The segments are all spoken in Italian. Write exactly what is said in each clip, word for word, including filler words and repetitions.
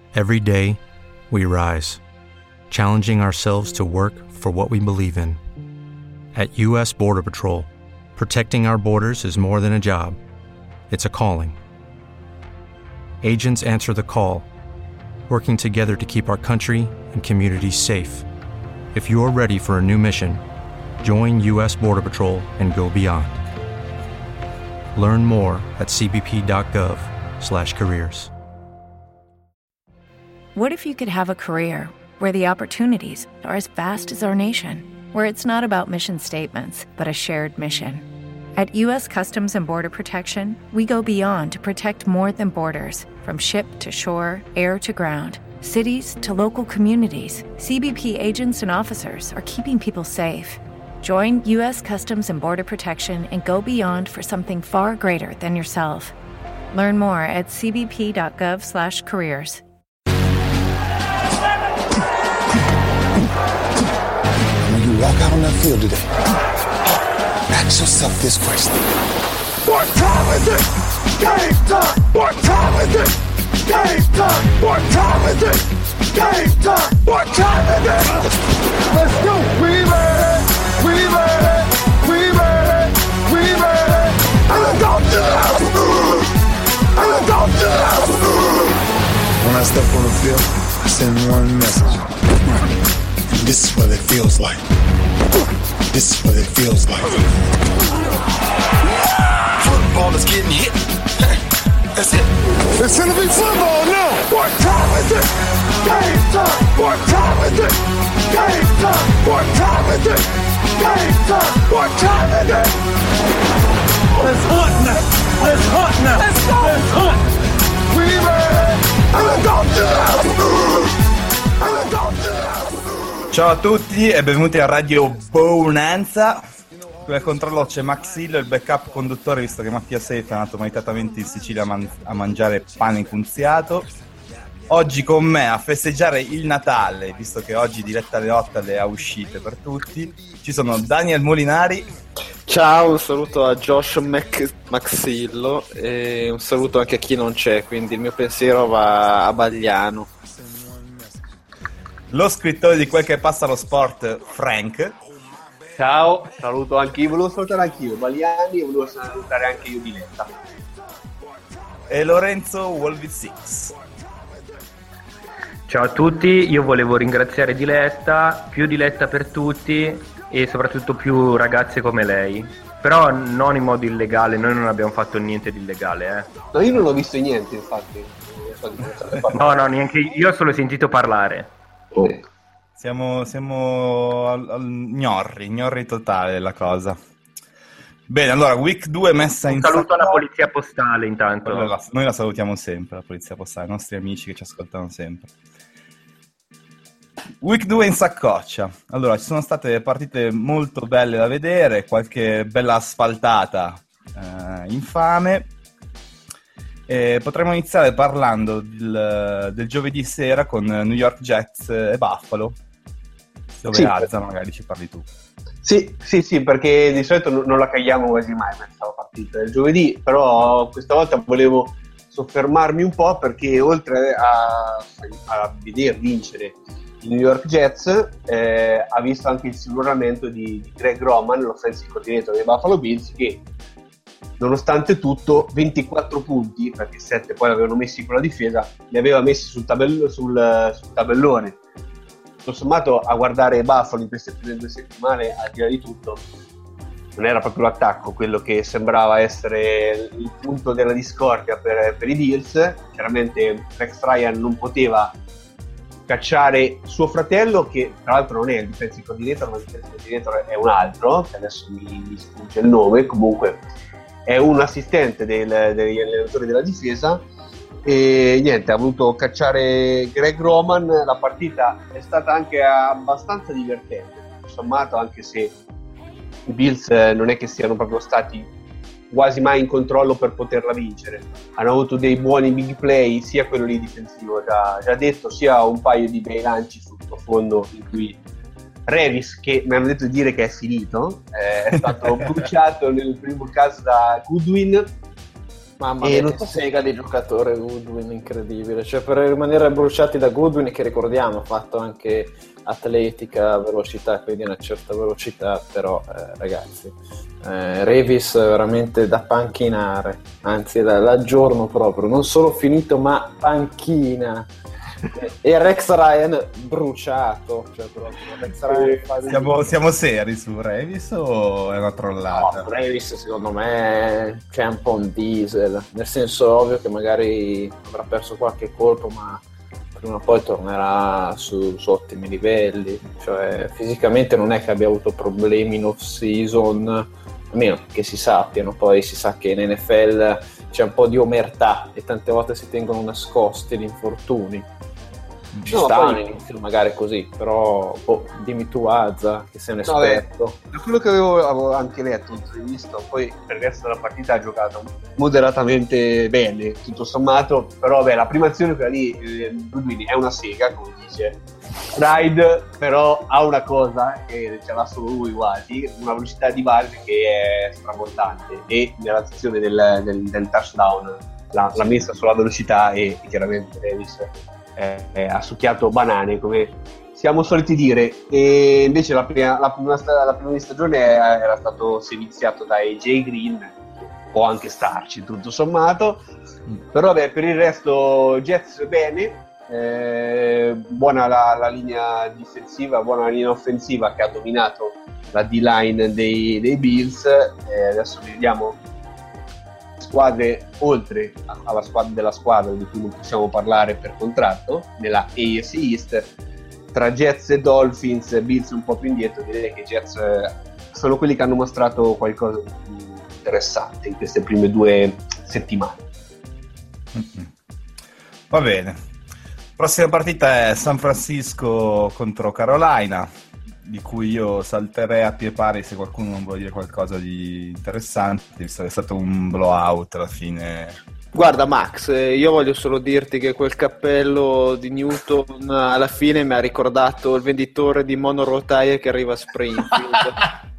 Every day, we rise, challenging ourselves to work for what we believe in. At U S Border Patrol, protecting our borders is more than a job. It's a calling. Agents answer the call, working together to keep our country and communities safe. If you're ready for a new mission, join U S Border Patrol and go beyond. Learn more at c b p dot gov slash careers. What if you could have a career where the opportunities are as vast as our nation, where it's not about mission statements, but a shared mission? At U S Customs and Border Protection, we go beyond to protect more than borders. From ship to shore, air to ground, cities to local communities, C B P agents and officers are keeping people safe. Join U S Customs and Border Protection and go beyond for something far greater than yourself. Learn more at c b p dot gov slash careers. When you walk out on that field today, ask yourself this question. What time is it? Game time! What time is it? Game time! What time is it? Game time! What time is it? Let's go! We made it! We made it! We made it! We made it! And let's go to the house! And let's go to the house! When I step on the field, I send one message. This is what it feels like. This is what it feels like. Football is getting hit. That's it. It's gonna be football now. What time is it? Game time. What time is it? Game time. What time is it? Game time. What time is it? Let's hunt now. Let's hunt now. Let's go. Let's hunt. We made it. And let's go to the house. And let's go to the house. Ciao a tutti e benvenuti a Radio Bonanza. Qui al controllo c'è Maxillo, il backup conduttore, visto che Mattia Seif è andato meritatamente in Sicilia a, man- a mangiare pane incunziato. Oggi con me a festeggiare il Natale, visto che oggi diretta alle otto le ha uscite per tutti, ci sono Daniel Molinari. Ciao, un saluto a Josh Mac- Maxillo e un saluto anche a chi non c'è, quindi il mio pensiero va a Bagliano. Lo scrittore di Quel che passa lo sport, Frank. Ciao, saluto anche io, volevo salutare anch'io Baliani e volevo salutare anche io Diletta. E Lorenzo Wolvizix. Ciao a tutti, io volevo ringraziare Diletta, più Diletta per tutti e soprattutto più ragazze come lei. Però non in modo illegale, noi non abbiamo fatto niente di illegale, eh. No, io non ho visto niente, infatti. No, no, neanche io, ho solo sentito parlare. Oh. Siamo, siamo al, al gnorri, gnorri totale la cosa. Bene, allora, week due messa Un in saluto sacco. alla polizia postale intanto. La, noi la salutiamo sempre, la polizia postale, i nostri amici che ci ascoltano sempre. Week due in saccoccia. Allora, ci sono state partite molto belle da vedere, qualche bella asfaltata eh, infame. E potremmo iniziare parlando del, del giovedì sera con New York Jets e Buffalo, dove sì, Azza magari ci parli tu. Sì, sì, sì, perché di solito non la cagliamo quasi mai questa partita del giovedì, però questa volta volevo soffermarmi un po' perché oltre a, a vedere vincere i New York Jets eh, ha visto anche il silluramento di, di Greg Roman, l'offensive coordinator dei Buffalo Bills, che nonostante tutto ventiquattro punti, perché sette poi l'avevano messi con la difesa, li aveva messi sul, tabello, sul, sul tabellone. Tutto sommato, a guardare Buffalo in queste prime due settimane, al di là di tutto, non era proprio l'attacco quello che sembrava essere il punto della discordia per, per i Bills. Chiaramente Rex Ryan non poteva cacciare suo fratello, che tra l'altro non è il defensive coordinator, ma il defensive coordinator è un altro, che adesso mi, mi sfugge il nome, comunque è un assistente del, degli allenatori della difesa. E niente, ha voluto cacciare Greg Roman. La partita è stata anche abbastanza divertente, sommato, anche se i Bills non è che siano proprio stati quasi mai in controllo per poterla vincere. Hanno avuto dei buoni big play, sia quello lì difensivo già, già detto, sia un paio di bei lanci sul profondo in cui Revis, che mi hanno detto di dire che è finito, eh, è stato bruciato nel primo caso da Goodwin, Mamma E mia, non che so se- sega di giocatore Goodwin, incredibile. Cioè, per rimanere bruciati da Goodwin, che ricordiamo, ha fatto anche atletica, velocità, quindi una certa velocità, però eh, ragazzi, eh, Revis veramente da panchinare, anzi da- l'aggiorno proprio, non solo finito, ma panchina. E Rex Ryan bruciato, cioè proprio Rex Ryan fa dei- Siamo, siamo seri su Revis o è una trollata? No, Revis secondo me c'è un po' un diesel, nel senso ovvio che magari avrà perso qualche colpo, ma prima o poi tornerà su, su ottimi livelli, cioè fisicamente non è che abbia avuto problemi in off season, almeno che si sappiano. Poi si sa che in N F L c'è un po' di omertà e tante volte si tengono nascosti gli infortuni. Ci No, sta poi- all'inizio magari così, però boh, dimmi tu Azza che sei un No, beh, esperto. da quello che avevo, avevo anche letto, visto, poi per il resto della partita ha giocato moderatamente bene, tutto sommato, però beh, la prima azione, quella lì, eh, Goodwin è una sega, come dice Ride, però ha una cosa che ce l'ha solo lui quasi, una velocità di base che è stravoltante, e nell'azione del, del, del touchdown l'ha, l'ha messa sulla velocità, e chiaramente Davis eh, eh, ha succhiato banane, come siamo soliti dire. E invece la prima, la prima, sta- la prima di stagione era stato seviziato da A J Green, può anche starci tutto sommato, però beh, per il resto Jets bene, eh, buona la, la linea difensiva, buona la linea offensiva che ha dominato la D-line dei, dei Bills. Eh, adesso vediamo squadre oltre alla squadra della squadra di cui non possiamo parlare per contratto, nella A F C East, tra Jets e Dolphins. Bills un po' più indietro, direi che Jets eh, sono quelli che hanno mostrato qualcosa di più interessante in queste prime due settimane. Va bene. Prossima partita è San Francisco contro Carolina, di cui io salterei a pie pari se qualcuno non vuole dire qualcosa di interessante, visto che è stato un blowout alla fine. Guarda Max, eh, io voglio solo dirti che quel cappello di Newton alla fine mi ha ricordato il venditore di monorotaie che arriva a Springfield.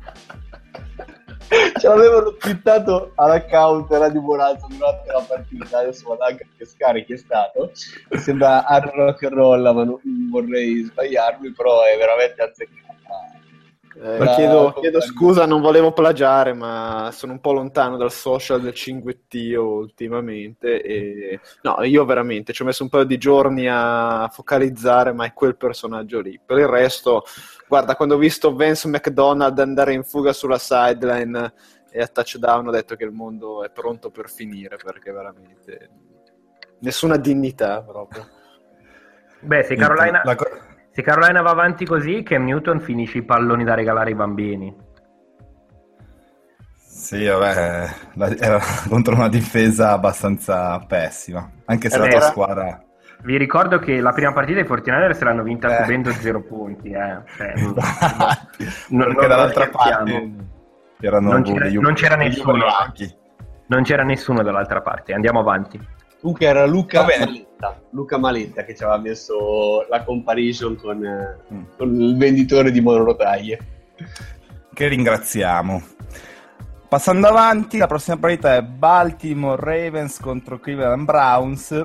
Ce l'avevano twittato all'account Radio Bonanza durante la partita, adesso vado anche a pescare chi è stato. Mi sembra hard rock and roll, ma non vorrei sbagliarmi, però è veramente azzeccato. Eh, Bravo, chiedo, chiedo compagno. scusa, non volevo plagiare, ma sono un po' lontano dal social del cinguettio ultimamente. E... no, io veramente ci ho messo un paio di giorni a focalizzare, ma è quel personaggio lì. Per il resto, guarda, quando ho visto Vance McDonald andare in fuga sulla sideline e a touchdown, ho detto che il mondo è pronto per finire, perché veramente nessuna dignità proprio. Beh, se Carolina, La co- se Carolina va avanti così, Cam Newton finisce i palloni da regalare ai bambini. Sì, vabbè, la- era contro una difesa abbastanza pessima, anche se la Era- tua squadra... Vi ricordo che la prima partita i quarantanove ers l'hanno vinta Eh. subendo zero punti. Eh. Cioè, non- Perché non- dall'altra non parte scherziamo. erano Non c'era- degli- non c'era degli nessuno. ubriachi. Non c'era nessuno dall'altra parte. Andiamo avanti. Comunque era Luca Va bene. Maletta, Luca Maletta che ci aveva messo la comparison con, eh, Mm. con il venditore di monorotaie. Che ringraziamo. Passando avanti, la prossima partita è Baltimore Ravens contro Cleveland Browns.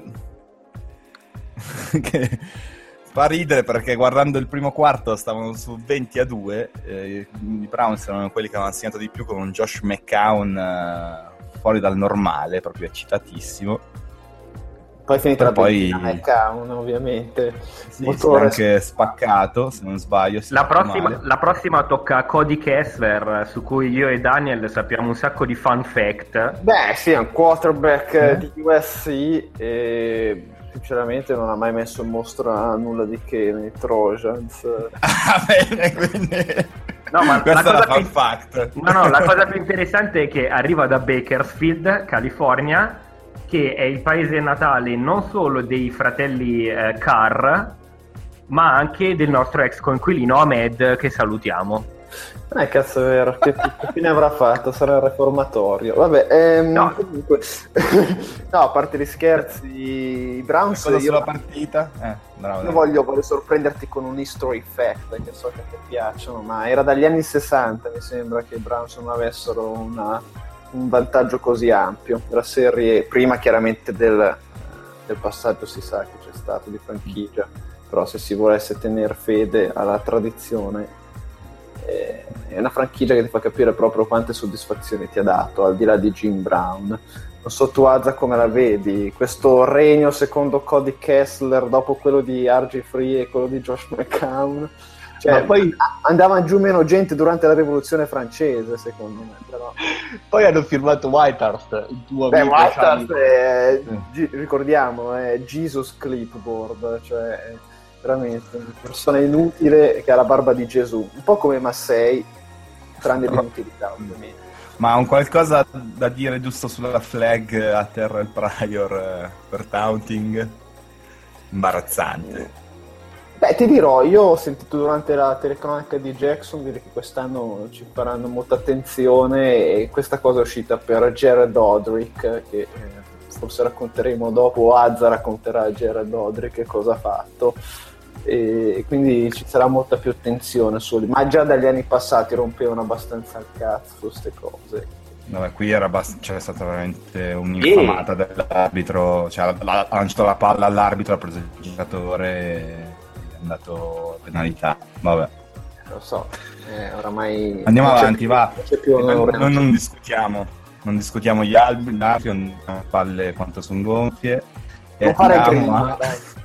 Che fa ridere perché guardando il primo quarto stavano su venti a due. Eh, I Browns erano quelli che avevano segnato di più, con un Josh McCown eh, fuori dal normale, proprio eccitatissimo. Poi è finita la Poi- benzina e Count, ovviamente. Sì, si è Motore- anche spaccato, se non sbaglio. si è La fatto prossima, male. la prossima tocca a Cody Kessler, su cui io e Daniel sappiamo un sacco di fun fact. Beh, sì, è un quarterback Eh? eh, di U S C e sinceramente non ha mai messo in mostra nulla di che nei Trojans. Ah, bene, quindi... No, ma questa la è la cosa fun più- fact. No, no, la cosa più interessante è che arriva da Bakersfield, California, che è il paese natale non solo dei fratelli eh, Carr, ma anche del nostro ex coinquilino Ahmed, che salutiamo. Eh, cazzo è vero, che, che fine avrà fatto? Sarà il reformatorio. Vabbè, ehm, No. comunque... no, a parte gli scherzi, i Browns... Cosa io- sulla partita? Eh, bravo, Io dai. voglio, voglio sorprenderti con un history fact che so che ti piacciono, ma era dagli anni sessanta, mi sembra, che i Browns non avessero una, un vantaggio così ampio. La serie, prima chiaramente del, del passaggio si sa che c'è stato di franchigia, però se si volesse tenere fede alla tradizione, eh, è una franchigia che ti fa capire proprio quante soddisfazioni ti ha dato, al di là di Jim Brown. Non so tu, Azza, come la vedi? Questo regno secondo Cody Kessler dopo quello di R G Free e quello di Josh McCown. Cioè, no, poi andava giù meno gente durante la rivoluzione francese, secondo me, però. Poi hanno firmato Whitehurst, il tuo Beh, amico. Whitehurst è, G- ricordiamo, è Jesus Clipboard, cioè è veramente una persona inutile che ha la barba di Gesù, un po' come Massey, tranne l'inutilità, ovviamente. Ma un qualcosa da dire giusto sulla flag a Terrell Pryor eh, per taunting? Imbarazzante. Beh, ti dirò, io ho sentito durante la telecronaca di Jackson dire che quest'anno ci faranno molta attenzione, e questa cosa è uscita per Jared Odrick, che eh, forse racconteremo dopo, o Azza racconterà a Jared Odrick cosa ha fatto, e quindi ci sarà molta più attenzione su lui, ma già dagli anni passati rompevano abbastanza il cazzo su queste cose. Vabbè, qui era abbast- c'è stata veramente un'infamata e... dell'arbitro, cioè ha lanciato la palla all'arbitro, ha preso il giocatore e è andato a penalità. Vabbè, lo so, eh, oramai andiamo non avanti, più, va. Più non, non, non discutiamo non discutiamo gli alberi, gli altri hanno palle quanto sono gonfie, e andiamo a...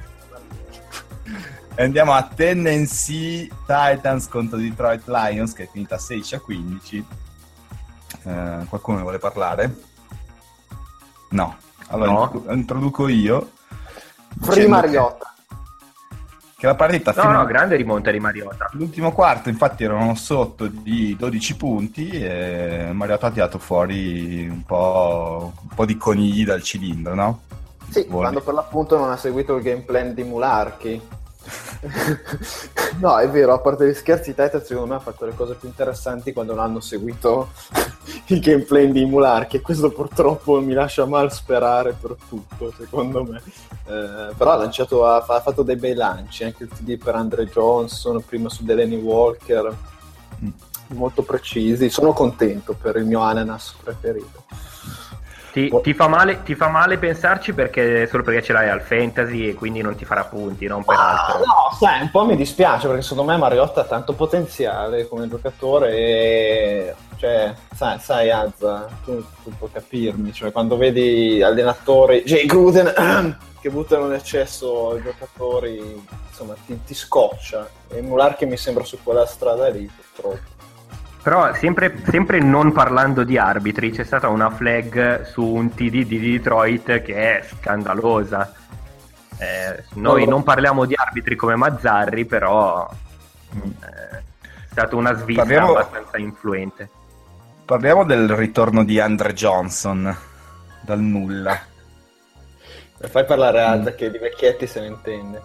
e andiamo a Tennessee Titans contro Detroit Lions, che è finita sedici a quindici. Eh, qualcuno ne vuole parlare? No, allora no. Introdu- introduco io. Free Mariota. Che la partita no fino no grande rimonta di Mariota. L'ultimo quarto infatti erano sotto di dodici punti e Mariota ha tirato fuori un po', un po' di conigli dal cilindro, no? Sì, Vuole. Quando per l'appunto non ha seguito il game plan di Mularchi. No, è vero, a parte gli scherzi, i Titans secondo me ha fatto le cose più interessanti quando non hanno seguito il game plan di Mularchi, e questo purtroppo mi lascia mal sperare per tutto, secondo me. Eh, però ha lanciato, ha, ha fatto dei bei lanci, anche il T D per Andre Johnson, prima su Delaney Walker, mm. molto precisi. Sono contento per il mio ananas preferito. Ti, ti, fa male, ti fa male pensarci perché solo perché ce l'hai al fantasy e quindi non ti farà punti, non per ah, altro. No, sai, un po' mi dispiace perché secondo me Mariota ha tanto potenziale come giocatore e, cioè, sai, sai Azza, tu, tu puoi capirmi, cioè quando vedi allenatori, Jay Gruden che buttano in eccesso i giocatori, insomma, ti, ti scoccia, e Mularchi mi sembra su quella strada lì, purtroppo. Però sempre, sempre non parlando di arbitri, c'è stata una flag su un T D di Detroit che è scandalosa. Eh, noi non parliamo di arbitri come Mazzarri, però eh, è stata una svista parliamo, abbastanza influente. Parliamo del ritorno di Andre Johnson dal nulla. Fai parlare Azza, che di vecchietti se ne intende.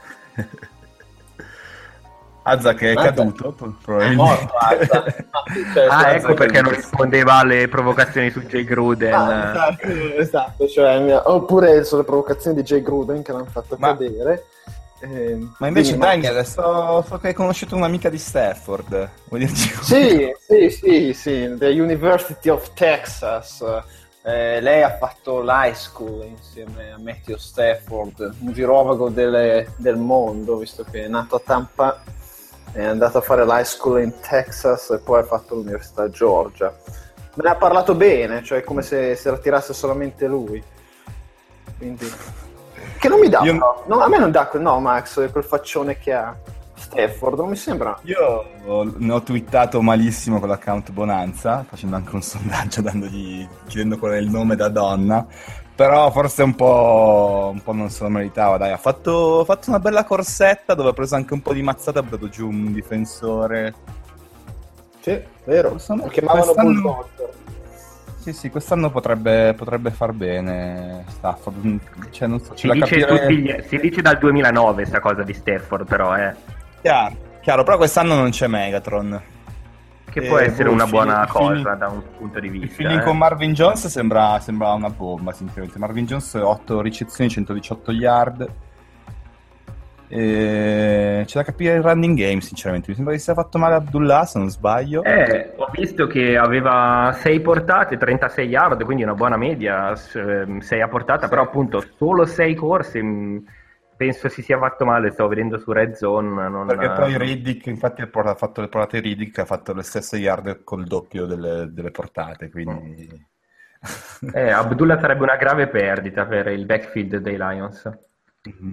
Azza che è Azza. caduto probabilmente. È morto Azza. Cioè, ah Azza ecco perché che... non rispondeva alle provocazioni su Jay Gruden. Ah, esatto, esatto, cioè, oppure sulle provocazioni di Jay Gruden che l'hanno fatto ma, cadere. Eh, ma invece quindi, Daniel, ma... so, so che hai conosciuto un'amica di Stafford, vuoi dirci? Sì, sì, sì, sì, the University of Texas. Eh, lei ha fatto l'high school insieme a Matthew Stafford, un girovago delle, del mondo, visto che è nato a Tampa, è andato a fare l'high school in Texas e poi ha fatto l'università a Georgia. Me ne ha parlato bene, cioè come se, se la tirasse solamente lui. Quindi... Che non mi dà, Io... no, no, a me non dà, no Max, quel faccione che ha Stafford, non mi sembra. Io ne ho twittato malissimo con l'account Bonanza, facendo anche un sondaggio dandogli, chiedendo qual è il nome da donna, però forse un po', un po' non se lo meritava, dai, ha fatto, ha fatto una bella corsetta dove ha preso anche un po' di mazzata, ha buttato giù un difensore. Sì, vero, quest'anno, lo chiamavano quest'anno... Bulldozer. Sì, sì, quest'anno potrebbe, potrebbe far bene Stafford, cioè, non so, si, dice capire... gli, si dice dal duemilanove sta cosa di Stafford, però eh. Chiaro, chiaro, però quest'anno non c'è Megatron. Che può e essere boh, una il buona feeling, cosa feeling, da un punto di vista. Il feeling eh. con Marvin Jones sembra, sembra una bomba, sinceramente. Marvin Jones otto ricezioni, centodiciotto yard. Eh, c'è da capire il running game, sinceramente. Mi sembra che sia fatto male Abdullah, se non sbaglio. Eh, ho visto che aveva sei portate, trentasei yard, quindi una buona media, sei a portata, sì. Però appunto solo sei corse, penso si sia fatto male, stavo vedendo su Red Zone. Non... Perché poi Riddick, infatti ha fatto le portate Riddick, ha fatto le stesse yard col doppio delle, delle portate, quindi... eh, Abdullah sarebbe una grave perdita per il backfield dei Lions. Mm-hmm.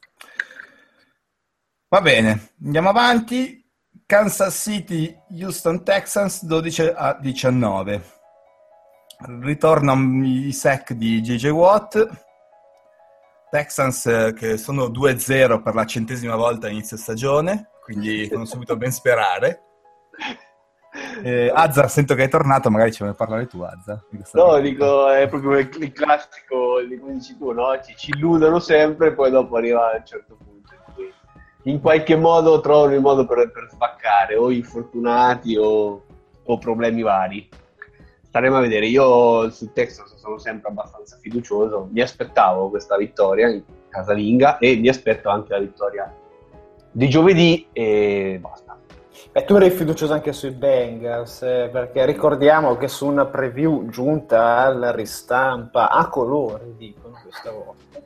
Va bene, andiamo avanti. Kansas City, Houston Texans dodici a diciannove. Ritornano i sack di J J Watt. Texans eh, che sono due a zero per la centesima volta a inizio stagione, quindi fanno subito ben sperare. Eh, Azza, sento che è tornato, magari ci vuoi parlare tu, Azza. No, dico, è proprio il, il classico di come dici tu, no? Ci, ci illudono sempre, poi dopo arriva a un certo punto in qualche modo trovano il modo per, per sbaccare, o infortunati o, o problemi vari. Staremo a vedere. Io sul Texas sono sempre abbastanza fiducioso, mi aspettavo questa vittoria in casalinga e mi aspetto anche la vittoria di giovedì e basta. E tu eri fiducioso anche sui Bengals, eh, perché ricordiamo che su una preview giunta alla ristampa a colori, dicono questa volta,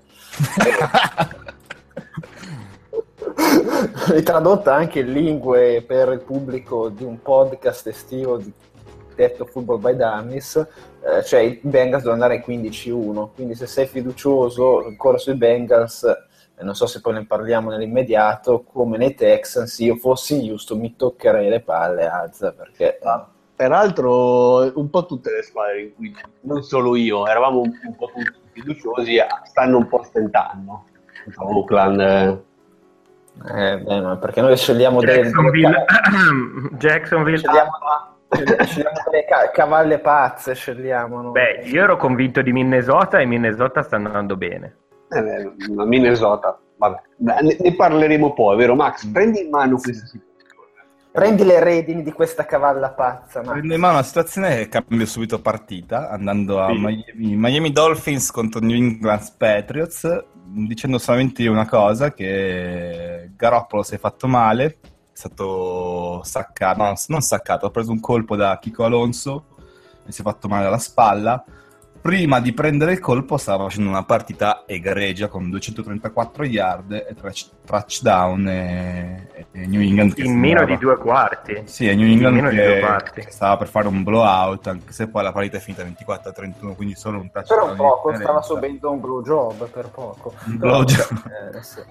ritradotta anche in lingue per il pubblico di un podcast estivo di, detto Football by Dummies, eh, cioè i Bengals devono andare ai quindici uno, quindi se sei fiducioso ancora sui Bengals, eh, non so se poi ne parliamo nell'immediato, come nei Texans, io fossi in Houston mi toccherei le palle, Azza, perché... Ah, peraltro un po' tutte le squadre in cui non solo io, eravamo un, un po' tutti fiduciosi, stanno un po' stentando. Oakland... Eh. Eh, beh, ma perché noi scegliamo Jacksonville, delle Jacksonville. Scegliamo, scegliamo delle ca- cavalle pazze, scegliamo. No? Beh, io ero convinto di Minnesota e Minnesota sta andando bene. Eh beh, Minnesota, vabbè, ne, ne parleremo poi, vero Max? Prendi in mano questa situazione. Prendi le redini di questa cavalla pazza. Max. Prendo in mano una situazione che cambia subito partita, andando a sì. Miami, Miami Dolphins contro New England Patriots, dicendo solamente una cosa, che Garoppolo si è fatto male, è stato saccato, no, non saccato, ha preso un colpo da Kiko Alonso e si è fatto male alla spalla. Prima di prendere il colpo stava facendo una partita egregia con duecentotrentaquattro yard e touchdown e, e New England che in meno di due quarti. Sì, è New England che, che stava per fare un blowout, anche se poi la partita è finita ventiquattro a trentuno, quindi solo un touchdown. Per un poco, stava subendo un blow job per poco. Un blow job. Eh, sì.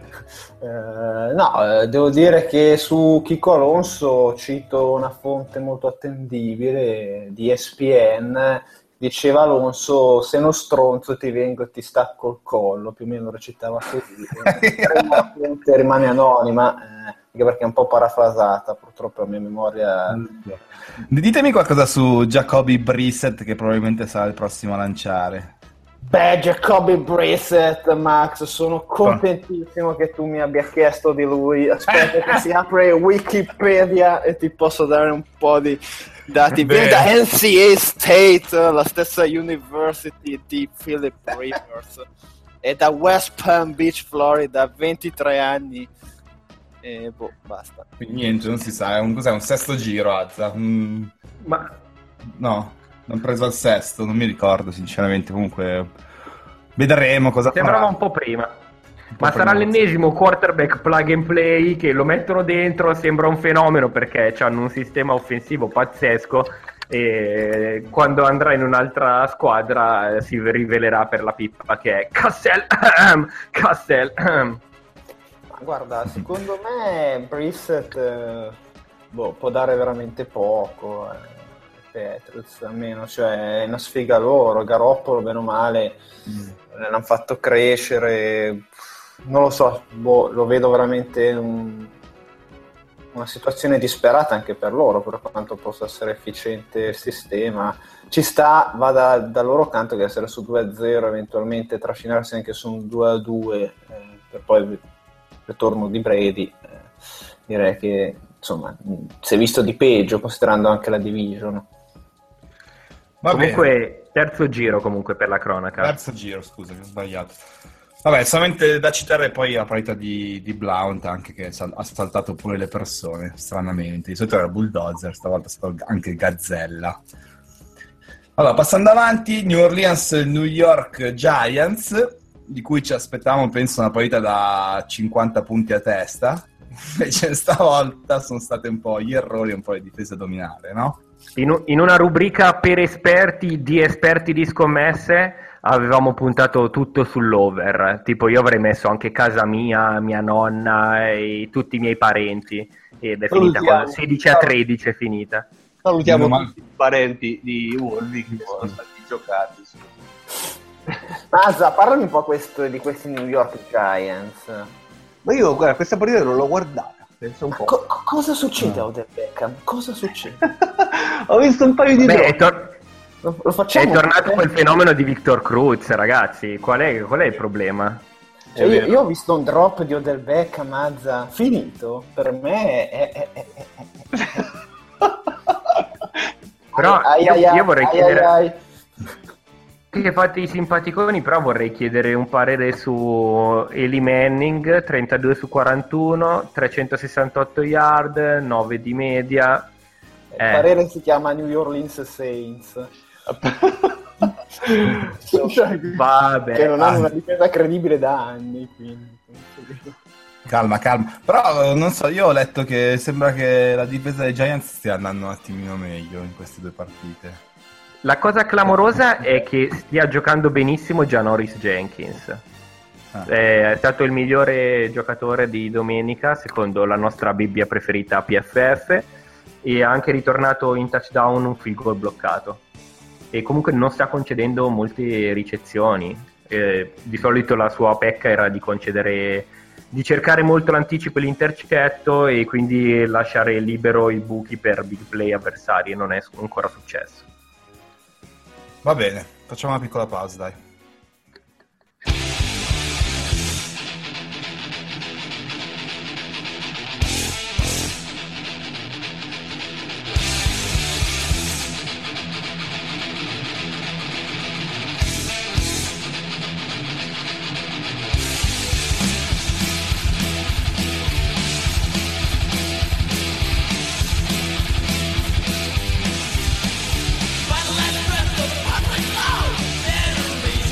eh, no, eh, devo dire che su Kiko Alonso cito una fonte molto attendibile di E S P N. Diceva Alonso, se non stronzo ti vengo e ti stacco il collo, più o meno recitava così. La fonte rimane anonima, eh, anche perché è un po' parafrasata, purtroppo la mia memoria... Ditemi qualcosa su Jacoby Brissett, che probabilmente sarà il prossimo a lanciare. Beh, Jacoby Brissett, Max, sono contentissimo che tu mi abbia chiesto di lui. Aspetta che si apre Wikipedia e ti posso dare un po' di... dati. Viene da N C A State, la stessa university di Philip Rivers, e da West Palm Beach, Florida, ventitré anni e boh, basta. Niente, non si sa, è un, cos'è, un sesto giro, Azza? Mm, ma no, l'hanno preso al sesto, non mi ricordo sinceramente, comunque vedremo cosa sembrava farà. un po' prima. Ma sarà l'ennesimo quarterback plug and play che lo mettono dentro, sembra un fenomeno perché hanno un sistema offensivo pazzesco e quando andrà in un'altra squadra eh, si rivelerà per la pippa che è Cassell. Cassell. Ma guarda, secondo me Brissett eh, boh, può dare veramente poco. Eh. Patriots almeno, cioè è una sfiga loro. Garoppolo bene o male mm. l'hanno fatto crescere, non lo so, boh, lo vedo veramente un, una situazione disperata anche per loro, per quanto possa essere efficiente il sistema. Ci sta, va da, dal loro canto che essere su due a zero, eventualmente trascinarsi anche su un due a due eh, per poi il ritorno di Brady, eh, direi che insomma si è visto di peggio considerando anche la division. Va comunque bene. Terzo giro comunque per la cronaca. Terzo giro, scusa, mi ho sbagliato. Vabbè, solamente da citare poi la parità di, di Blount, anche che ha saltato pure le persone, stranamente. Di solito era Bulldozer, stavolta è stato anche Gazzella. Allora, passando avanti, New Orleans, New York Giants, di cui ci aspettavamo, penso, una parità da cinquanta punti a testa. Invece stavolta sono stati un po' gli errori e un po' le difese a dominare, no? In, in una rubrica per esperti di esperti di scommesse avevamo puntato tutto sull'over, tipo io avrei messo anche casa mia, mia nonna e tutti i miei parenti, ed è finita con sedici a tredici è finita. Salutiamo Ma... tutti i parenti di Wolvi che sono stati giocati. Mazza, parlami un po' questo, di questi New York Giants. Ma io, guarda, questa partita non l'ho guardata, penso un po'. Co- cosa succede a Odell Beckham? Cosa succede? Ho visto un paio di Beh, droni. è, tor- Lo, lo facciamo è tornato quel fenomeno di Victor Cruz, ragazzi. Qual è, qual è il problema? Cioè, io, io ho visto un drop di Odell Beckham, Mazza, finito. Per me è... è, è, è, è. Però ai, io, ai, io vorrei ai, chiedere... ai, ai. Che fate i simpaticoni, però vorrei chiedere un parere su Eli Manning, trentadue su quarantuno, trecentosessantotto yard, nove di media. Il Eh. parere si chiama New Orleans Saints. Cioè, Vabbè, che non hanno ah. una difesa credibile da anni, quindi. Calma, calma. Però, non so, io ho letto che sembra che la difesa dei Giants stia andando un attimino meglio in queste due partite. La cosa clamorosa è che stia giocando benissimo Janoris Jenkins. Ah. È stato il migliore giocatore di domenica, secondo la nostra Bibbia preferita P F F, e ha anche ritornato in touchdown un field goal bloccato. E comunque non sta concedendo molte ricezioni. Eh, di solito la sua pecca era di concedere, di cercare molto l'anticipo e l'intercetto e quindi lasciare libero i buchi per big play avversari, e non è ancora successo. Va bene, facciamo una piccola pausa, dai. By the last breath of public law, there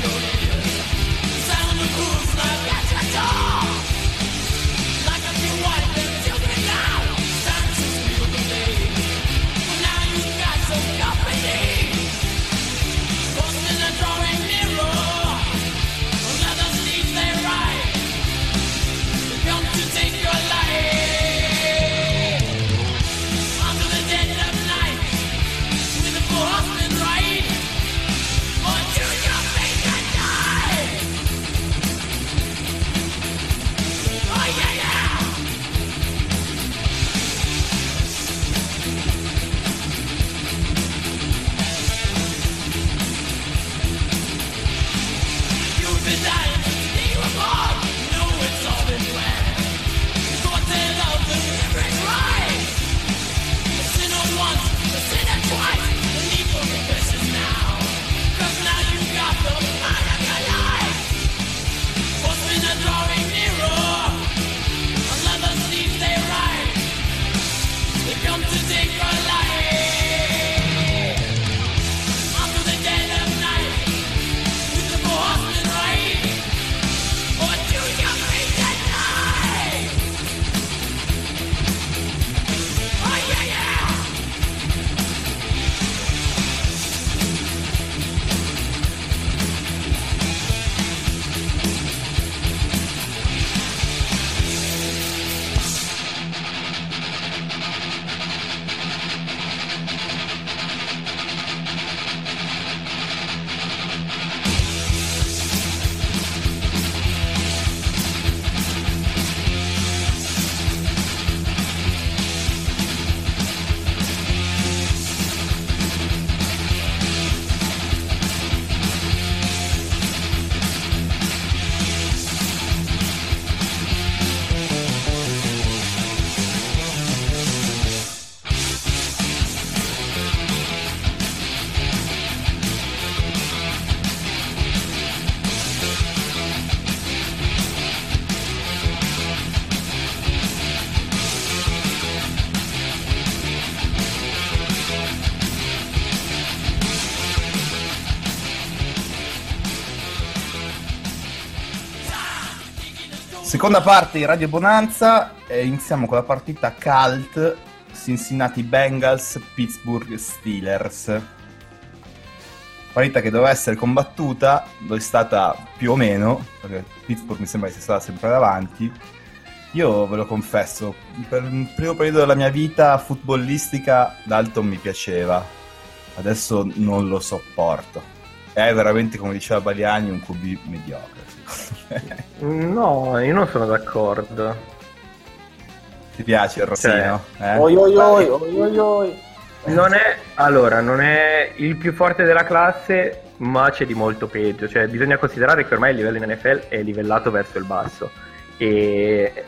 Seconda parte di Radio Bonanza, eh, iniziamo con la partita cult Cincinnati Bengals Pittsburgh Steelers. Partita che doveva essere combattuta, lo è stata più o meno, perché Pittsburgh mi sembra che sia stata sempre davanti. Io ve lo confesso, per il primo periodo della mia vita footballistica Dalton mi piaceva, adesso non lo sopporto. È veramente, come diceva Baliani, un Q B mediocre. No, io non sono d'accordo. Ti piace il Rossino? Cioè, eh? Oi oi oi, oi oi oi. Non è, allora, non è il più forte della classe, ma c'è di molto peggio. Cioè, bisogna considerare che ormai il livello in N F L è livellato verso il basso. E,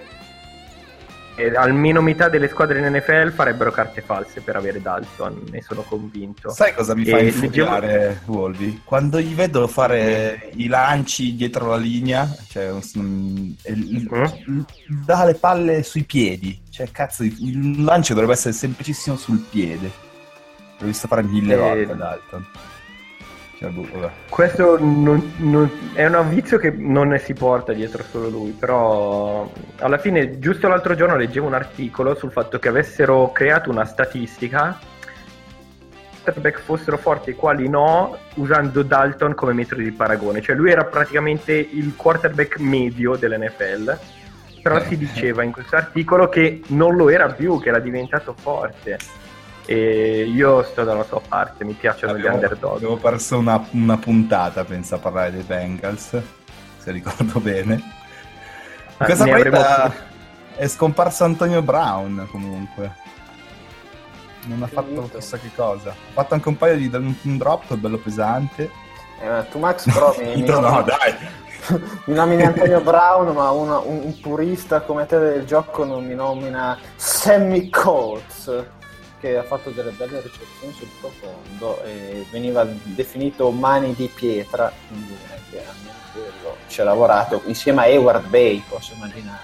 e almeno metà delle squadre in N F L farebbero carte false per avere Dalton, ne sono convinto. Sai cosa mi fa E infuriare, leggevo... Wolby? Quando gli vedo fare i lanci dietro la linea, cioè um, il, Mm? dà le palle sui piedi. Cioè, cazzo, il lancio dovrebbe essere semplicissimo sul piede. L'ho visto fare mille E- volte Dalton. Cioè, boh, vabbè. Questo non, non- è un vizio che non ne si porta dietro solo lui, però alla fine giusto l'altro giorno leggevo un articolo sul fatto che avessero creato una statistica quarterback fossero forti e quali no, usando Dalton come metodo di paragone. Cioè lui era praticamente il quarterback medio dell'N F L, però si diceva in questo articolo che non lo era più, che era diventato forte. E io sto dalla sua parte, mi piacciono Abbiamo, gli underdog. abbiamo perso una, una puntata, pensa, a parlare dei Bengals, se ricordo bene. In Ah, questa ne partita avremo- è scomparso Antonio Brown, comunque. Non ha fatto Finito. chissà che cosa. Ha fatto anche un paio di un drop bello pesante. Eh, ma tu Max però mi, mi, No, no, dai. mi nomini Antonio Brown, ma una- un, un purista come te del gioco non mi nomina Sammy Coates, che ha fatto delle belle ricezioni sul profondo e veniva definito mani di pietra, quindi direi che almeno quello ci ha lavorato insieme a Hayward Bay, posso immaginare.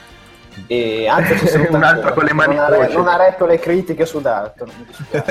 E anche se saluta Un altro ancora, con le mani non ha, croce. non ha retto le critiche su Dalton, mi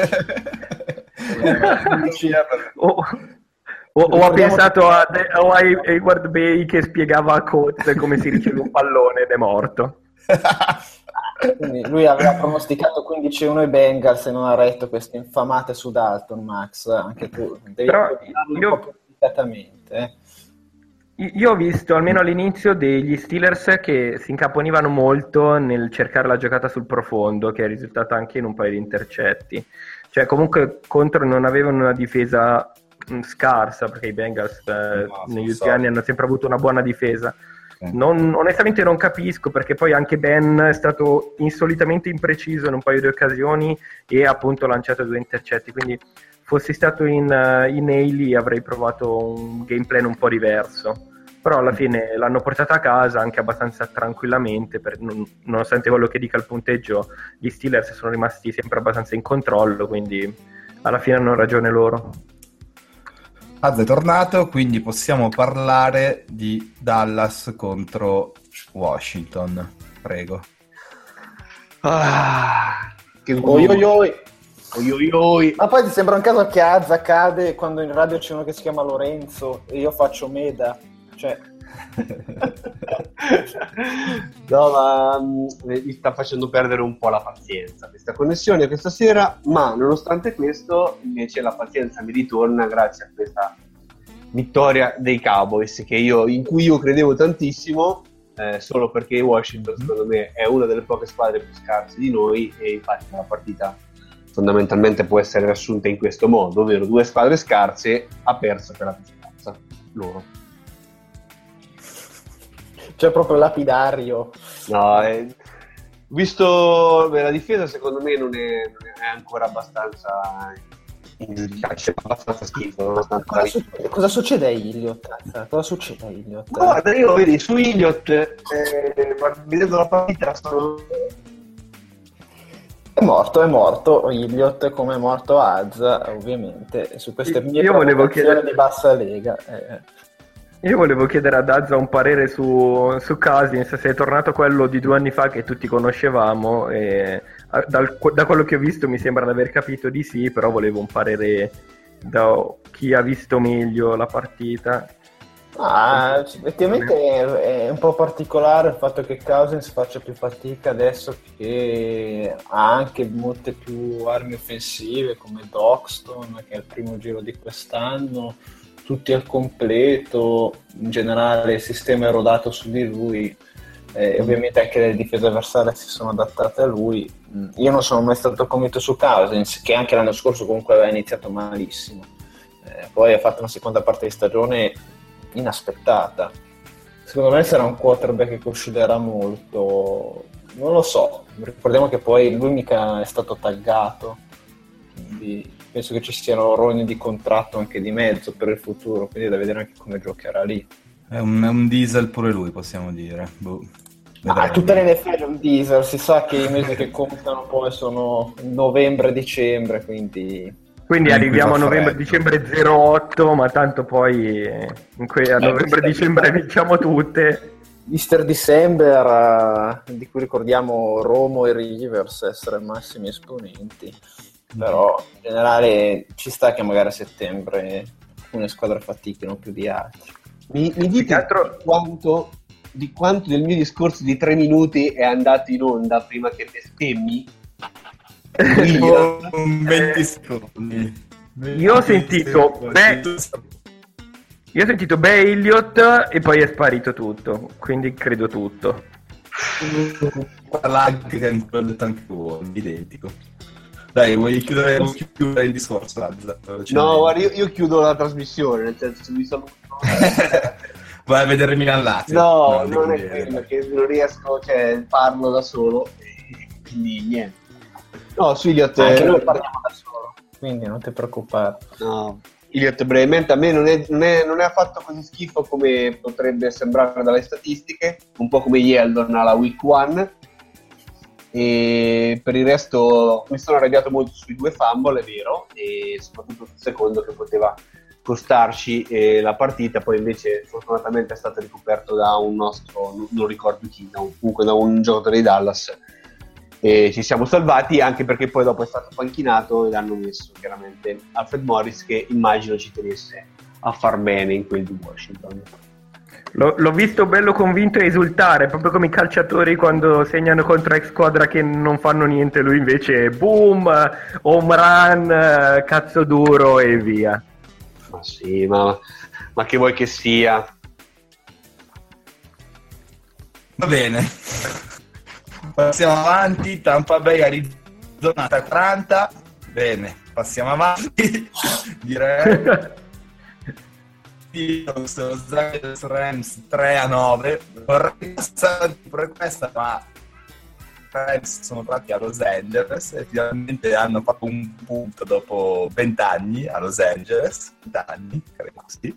dispiace. O, o- o ha pensato a, o a Hayward Bay che spiegava a Coates come si riceve un pallone ed è morto. Quindi lui aveva pronosticato quindici a uno i Bengals e non ha retto queste infamate su Dalton, Max. Anche tu devi Però parlarne io- un po' più delicatamente. eh. Io ho visto almeno all'inizio degli Steelers che si incaponivano molto nel cercare la giocata sul profondo, che è risultata anche in un paio di intercetti. Cioè comunque contro non avevano una difesa mh, scarsa, perché i Bengals eh, No, negli so, ultimi so. anni hanno sempre avuto una buona difesa. Sì. Non- onestamente non capisco, perché poi anche Ben è stato insolitamente impreciso in un paio di occasioni e ha appunto lanciato due intercetti, quindi fossi stato in, eh, in Haley avrei provato un game plan un po' diverso, però alla fine l'hanno portata a casa anche abbastanza tranquillamente, per- non- nonostante quello che dica il punteggio, gli Steelers sono rimasti sempre abbastanza in controllo, quindi alla fine hanno ragione loro. Az è tornato, quindi possiamo parlare di Dallas contro Washington. Prego. Ah, che Oi, oi, oi. oi, oi, oi. Ma poi ti sembra un caso che Azza cade quando in radio c'è uno che si chiama Lorenzo e io faccio Meda? Cioè, No, ma mm, mi sta facendo perdere un po' la pazienza questa connessione questa sera, ma nonostante questo invece la pazienza mi ritorna grazie a questa vittoria dei Cowboys che io, in cui io credevo tantissimo, eh, solo perché Washington secondo me è una delle poche squadre più scarse di noi e infatti la partita fondamentalmente può essere riassunta in questo modo, ovvero due squadre scarse ha perso per la più scarsa, loro. c'è proprio lapidario. No, eh, visto beh, la difesa secondo me non è, non è ancora abbastanza c'è abbastanza schifo, nonostante Cosa, la- succede, cosa succede a Iliot? Azza? Cosa succede a Iliot? Guarda, io vedi su Iliot eh, guarda, vedendo la partita sono... È morto, è morto Iliot come è morto Azza, ovviamente, su queste mie Io volevo provocazioni chiedere- di bassa lega. eh. Io volevo chiedere a Dazza un parere su, su Cousins, se è tornato quello di due anni fa che tutti conoscevamo, e a- dal- da quello che ho visto mi sembra di aver capito di sì, però volevo un parere da chi ha visto meglio la partita. Ah, effettivamente è, è un po' particolare il fatto che Cousins faccia più fatica adesso che ha anche molte più armi offensive come Doxton, che è il primo giro di quest'anno, tutti al completo, in generale il sistema è rodato su di lui, e ovviamente anche le difese avversarie si sono adattate a lui. Io non sono mai stato convinto su Cousins, che anche l'anno scorso comunque aveva iniziato malissimo, eh, poi ha fatto una seconda parte di stagione inaspettata. Secondo me sarà un quarterback che oscillerà molto, non lo so, ricordiamo che poi lui mica è stato taggato, quindi penso che ci siano rogni di contratto anche di mezzo per il futuro, quindi da vedere anche come giocherà lì. È un, è un diesel pure lui, possiamo dire. Boh. Ah, tutte le N F L è un diesel, si sa che i mesi che contano poi sono novembre e dicembre, quindi... Quindi arriviamo a novembre-dicembre zero otto, ma tanto poi in que- a eh, novembre-dicembre vinciamo tutte. Mister December, uh, di cui ricordiamo Romo e Rivers essere massimi esponenti, però in generale ci sta che magari a settembre alcune squadre fatichino più di altre. Mi, mi dite altro... quanto, di quanto del mio discorso di tre minuti è andato in onda prima che bestemmi? venti secondi. Io ho sentito beh, io ho sentito beh Elliott e poi è sparito tutto, quindi credo tutto. Anche che l'ho detto anche tu, identico. Dai, vuoi chiudere, chiudere il discorso? No, guarda, io, io chiudo la trasmissione, nel senso mi sono... Vai a vedere Milan Lazio. No, no non è quello, che non riesco, cioè parlo da solo, quindi niente. No, su Elliott anche noi parliamo da solo, quindi non ti preoccupare. No, Elliott brevemente a me non è, non, è, non è affatto così schifo come potrebbe sembrare dalle statistiche, un po' come Yeldon alla week one, e per il resto mi sono arrabbiato molto sui due fumble, è vero, e soprattutto sul secondo che poteva costarci eh, la partita, poi invece fortunatamente è stato ricoperto da un nostro, non, non ricordo chi, da un, comunque da un giocatore di Dallas, e ci siamo salvati, anche perché poi dopo è stato panchinato e hanno messo chiaramente Alfred Morris, che immagino ci tenesse a far bene in quel di Washington. L'ho, l'ho visto bello convinto e esultare, proprio come i calciatori quando segnano contro ex squadra che non fanno niente, lui invece boom, home run, cazzo duro e via. Ma sì, ma, ma che vuoi che sia? Va bene. Passiamo avanti, Tampa Bay Arizona quaranta, bene, passiamo avanti, direi. Los Angeles Rams tre a nove, vorrei passare pure questa, ma Rams sono tornati a Los Angeles e finalmente hanno fatto un punto dopo vent'anni a Los Angeles, vent'anni, credo sì.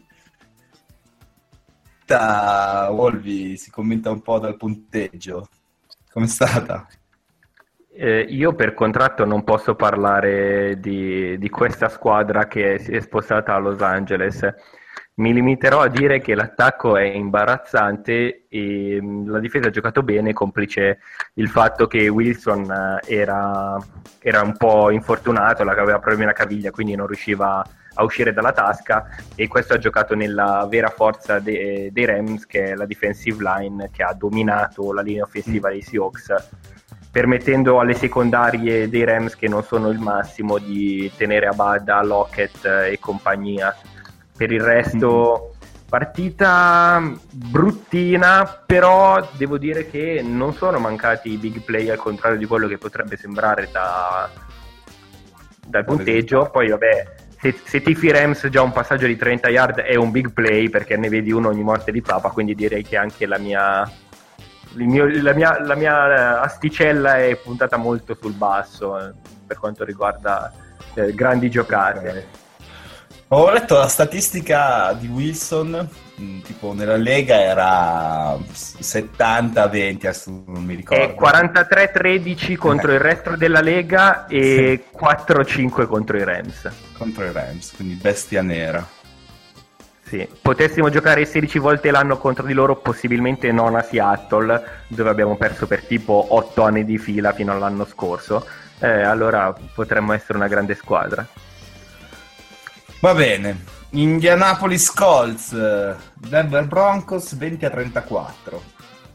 Da Wolvi si commenta un po' dal punteggio. Com'è stata? Eh, io per contratto non posso parlare di, di questa squadra che si è spostata a Los Angeles. Mi limiterò a dire che l'attacco è imbarazzante e la difesa ha giocato bene, complice il fatto che Wilson era, era un po' infortunato, aveva problemi alla caviglia, quindi non riusciva a uscire dalla tasca, e questo ha giocato nella vera forza de- dei Rams, che è la defensive line, che ha dominato la linea offensiva dei Seahawks, permettendo alle secondarie dei Rams, che non sono il massimo, di tenere a bada Lockett e compagnia. Per il resto partita bruttina, però devo dire che non sono mancati i big play, al contrario di quello che potrebbe sembrare da, dal punteggio. Poi vabbè, se, se tifi Rams già un passaggio di trenta yard è un big play, perché ne vedi uno ogni morte di papa, quindi direi che anche la mia, il mio, la mia, la mia asticella è puntata molto sul basso eh, per quanto riguarda eh, grandi giocate. Okay. Ho letto la statistica di Wilson, tipo nella Lega era settanta venti, adesso non mi ricordo. È quarantatré tredici contro il resto della Lega e sì. quattro cinque contro i Rams. Contro i Rams, quindi bestia nera. Sì, potessimo giocare sedici volte l'anno contro di loro, possibilmente non a Seattle, dove abbiamo perso per tipo otto anni di fila fino all'anno scorso, eh, allora potremmo essere una grande squadra. Va bene, Indianapolis Colts, Denver Broncos venti a trentaquattro.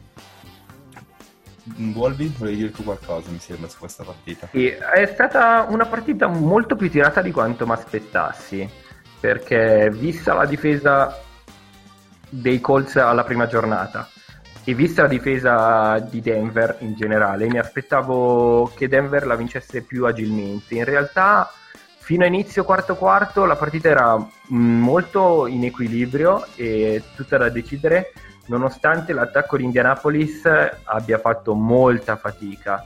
Wolvi, volevi dire tu qualcosa, mi sembra, su questa partita? Sì, è stata una partita molto più tirata di quanto mi aspettassi, perché vista la difesa dei Colts alla prima giornata e vista la difesa di Denver in generale, mi aspettavo che Denver la vincesse più agilmente. In realtà fino a inizio quarto quarto la partita era molto in equilibrio e tutta da decidere, nonostante l'attacco di Indianapolis abbia fatto molta fatica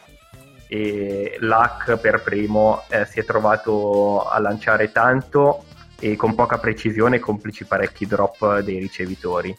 e Luck per primo eh, si è trovato a lanciare tanto e con poca precisione, complici parecchi drop dei ricevitori.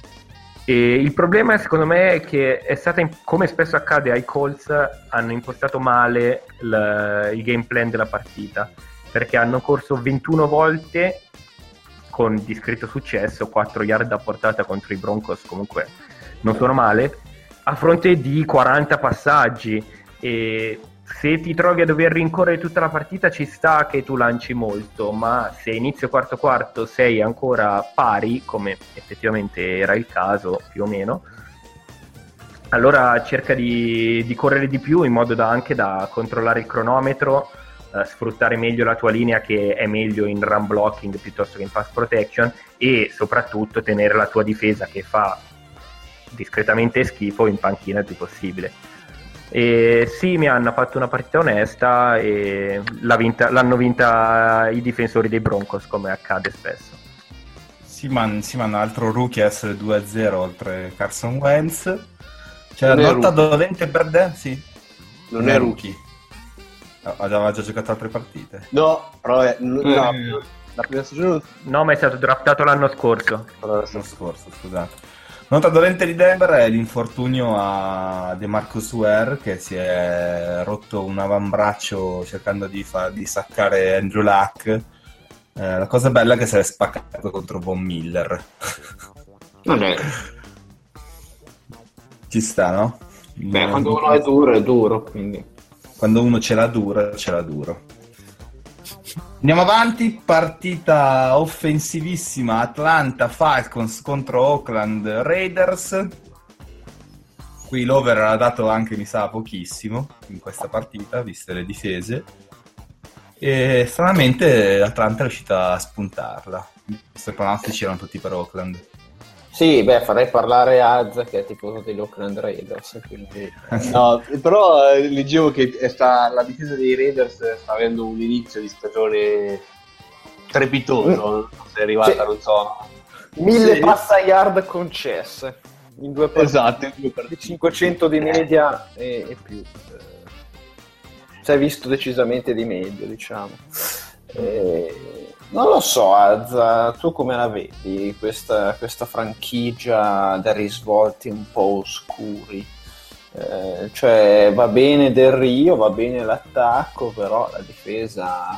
E il problema secondo me è che è stata, come spesso accade ai Colts, hanno impostato male il, il game plan della partita, perché hanno corso ventuno volte con discreto successo, quattro yard a portata contro i Broncos, comunque non sono male, a fronte di quaranta passaggi, e se ti trovi a dover rincorrere tutta la partita ci sta che tu lanci molto, ma se inizio quarto quarto sei ancora pari, come effettivamente era il caso più o meno, allora cerca di, di correre di più in modo da anche da controllare il cronometro, Uh, sfruttare meglio la tua linea, che è meglio in run blocking piuttosto che in pass protection, e soprattutto tenere la tua difesa, che fa discretamente schifo, in panchina il più possibile. E sì, mi hanno fatto una partita onesta e l'ha vinta, l'hanno vinta i difensori dei Broncos, come accade spesso. Siman, Siman altro rookie a essere due a zero oltre Carson Wentz. C'è la nota dolente per Dan, sì. Non, non è rookie, rookie. Aveva già giocato altre partite? No, però è, no, mm. la prima stagione... No, ma è stato draftato l'anno scorso. L'anno scorso, scusate. Nota dolente di Denver è l'infortunio a DeMarcus Ware, che si è rotto un avambraccio cercando di, fa, di saccare Andrew Luck. Eh, la cosa bella è che si è spaccato contro Von Miller. Non è... Ci sta, no? Beh, quando uno è duro è duro, quindi... Quando uno ce l'ha dura, ce l'ha duro. Andiamo avanti, partita offensivissima, Atlanta Falcons contro Oakland Raiders. Qui l'over ha dato anche, mi sa, pochissimo in questa partita, viste le difese. E stranamente Atlanta è riuscita a spuntarla. Questi pronostici erano tutti per Oakland. Sì, beh, farei parlare Az, che è tifoso degli Oakland Raiders, quindi... No, però eh, leggevo che sta, la difesa dei Raiders sta avendo un inizio di stagione trepitoso, mm. non so se è arrivata, sì. non so... Mille sì. passa yard concesse, in due partite, esatto, in due partite. cinquecento di media e, e più. Si è visto decisamente di meglio, diciamo. E... Non lo so, Az, tu come la vedi questa, questa franchigia da risvolti un po' oscuri? Eh, cioè va bene Del Rio, va bene l'attacco, però la difesa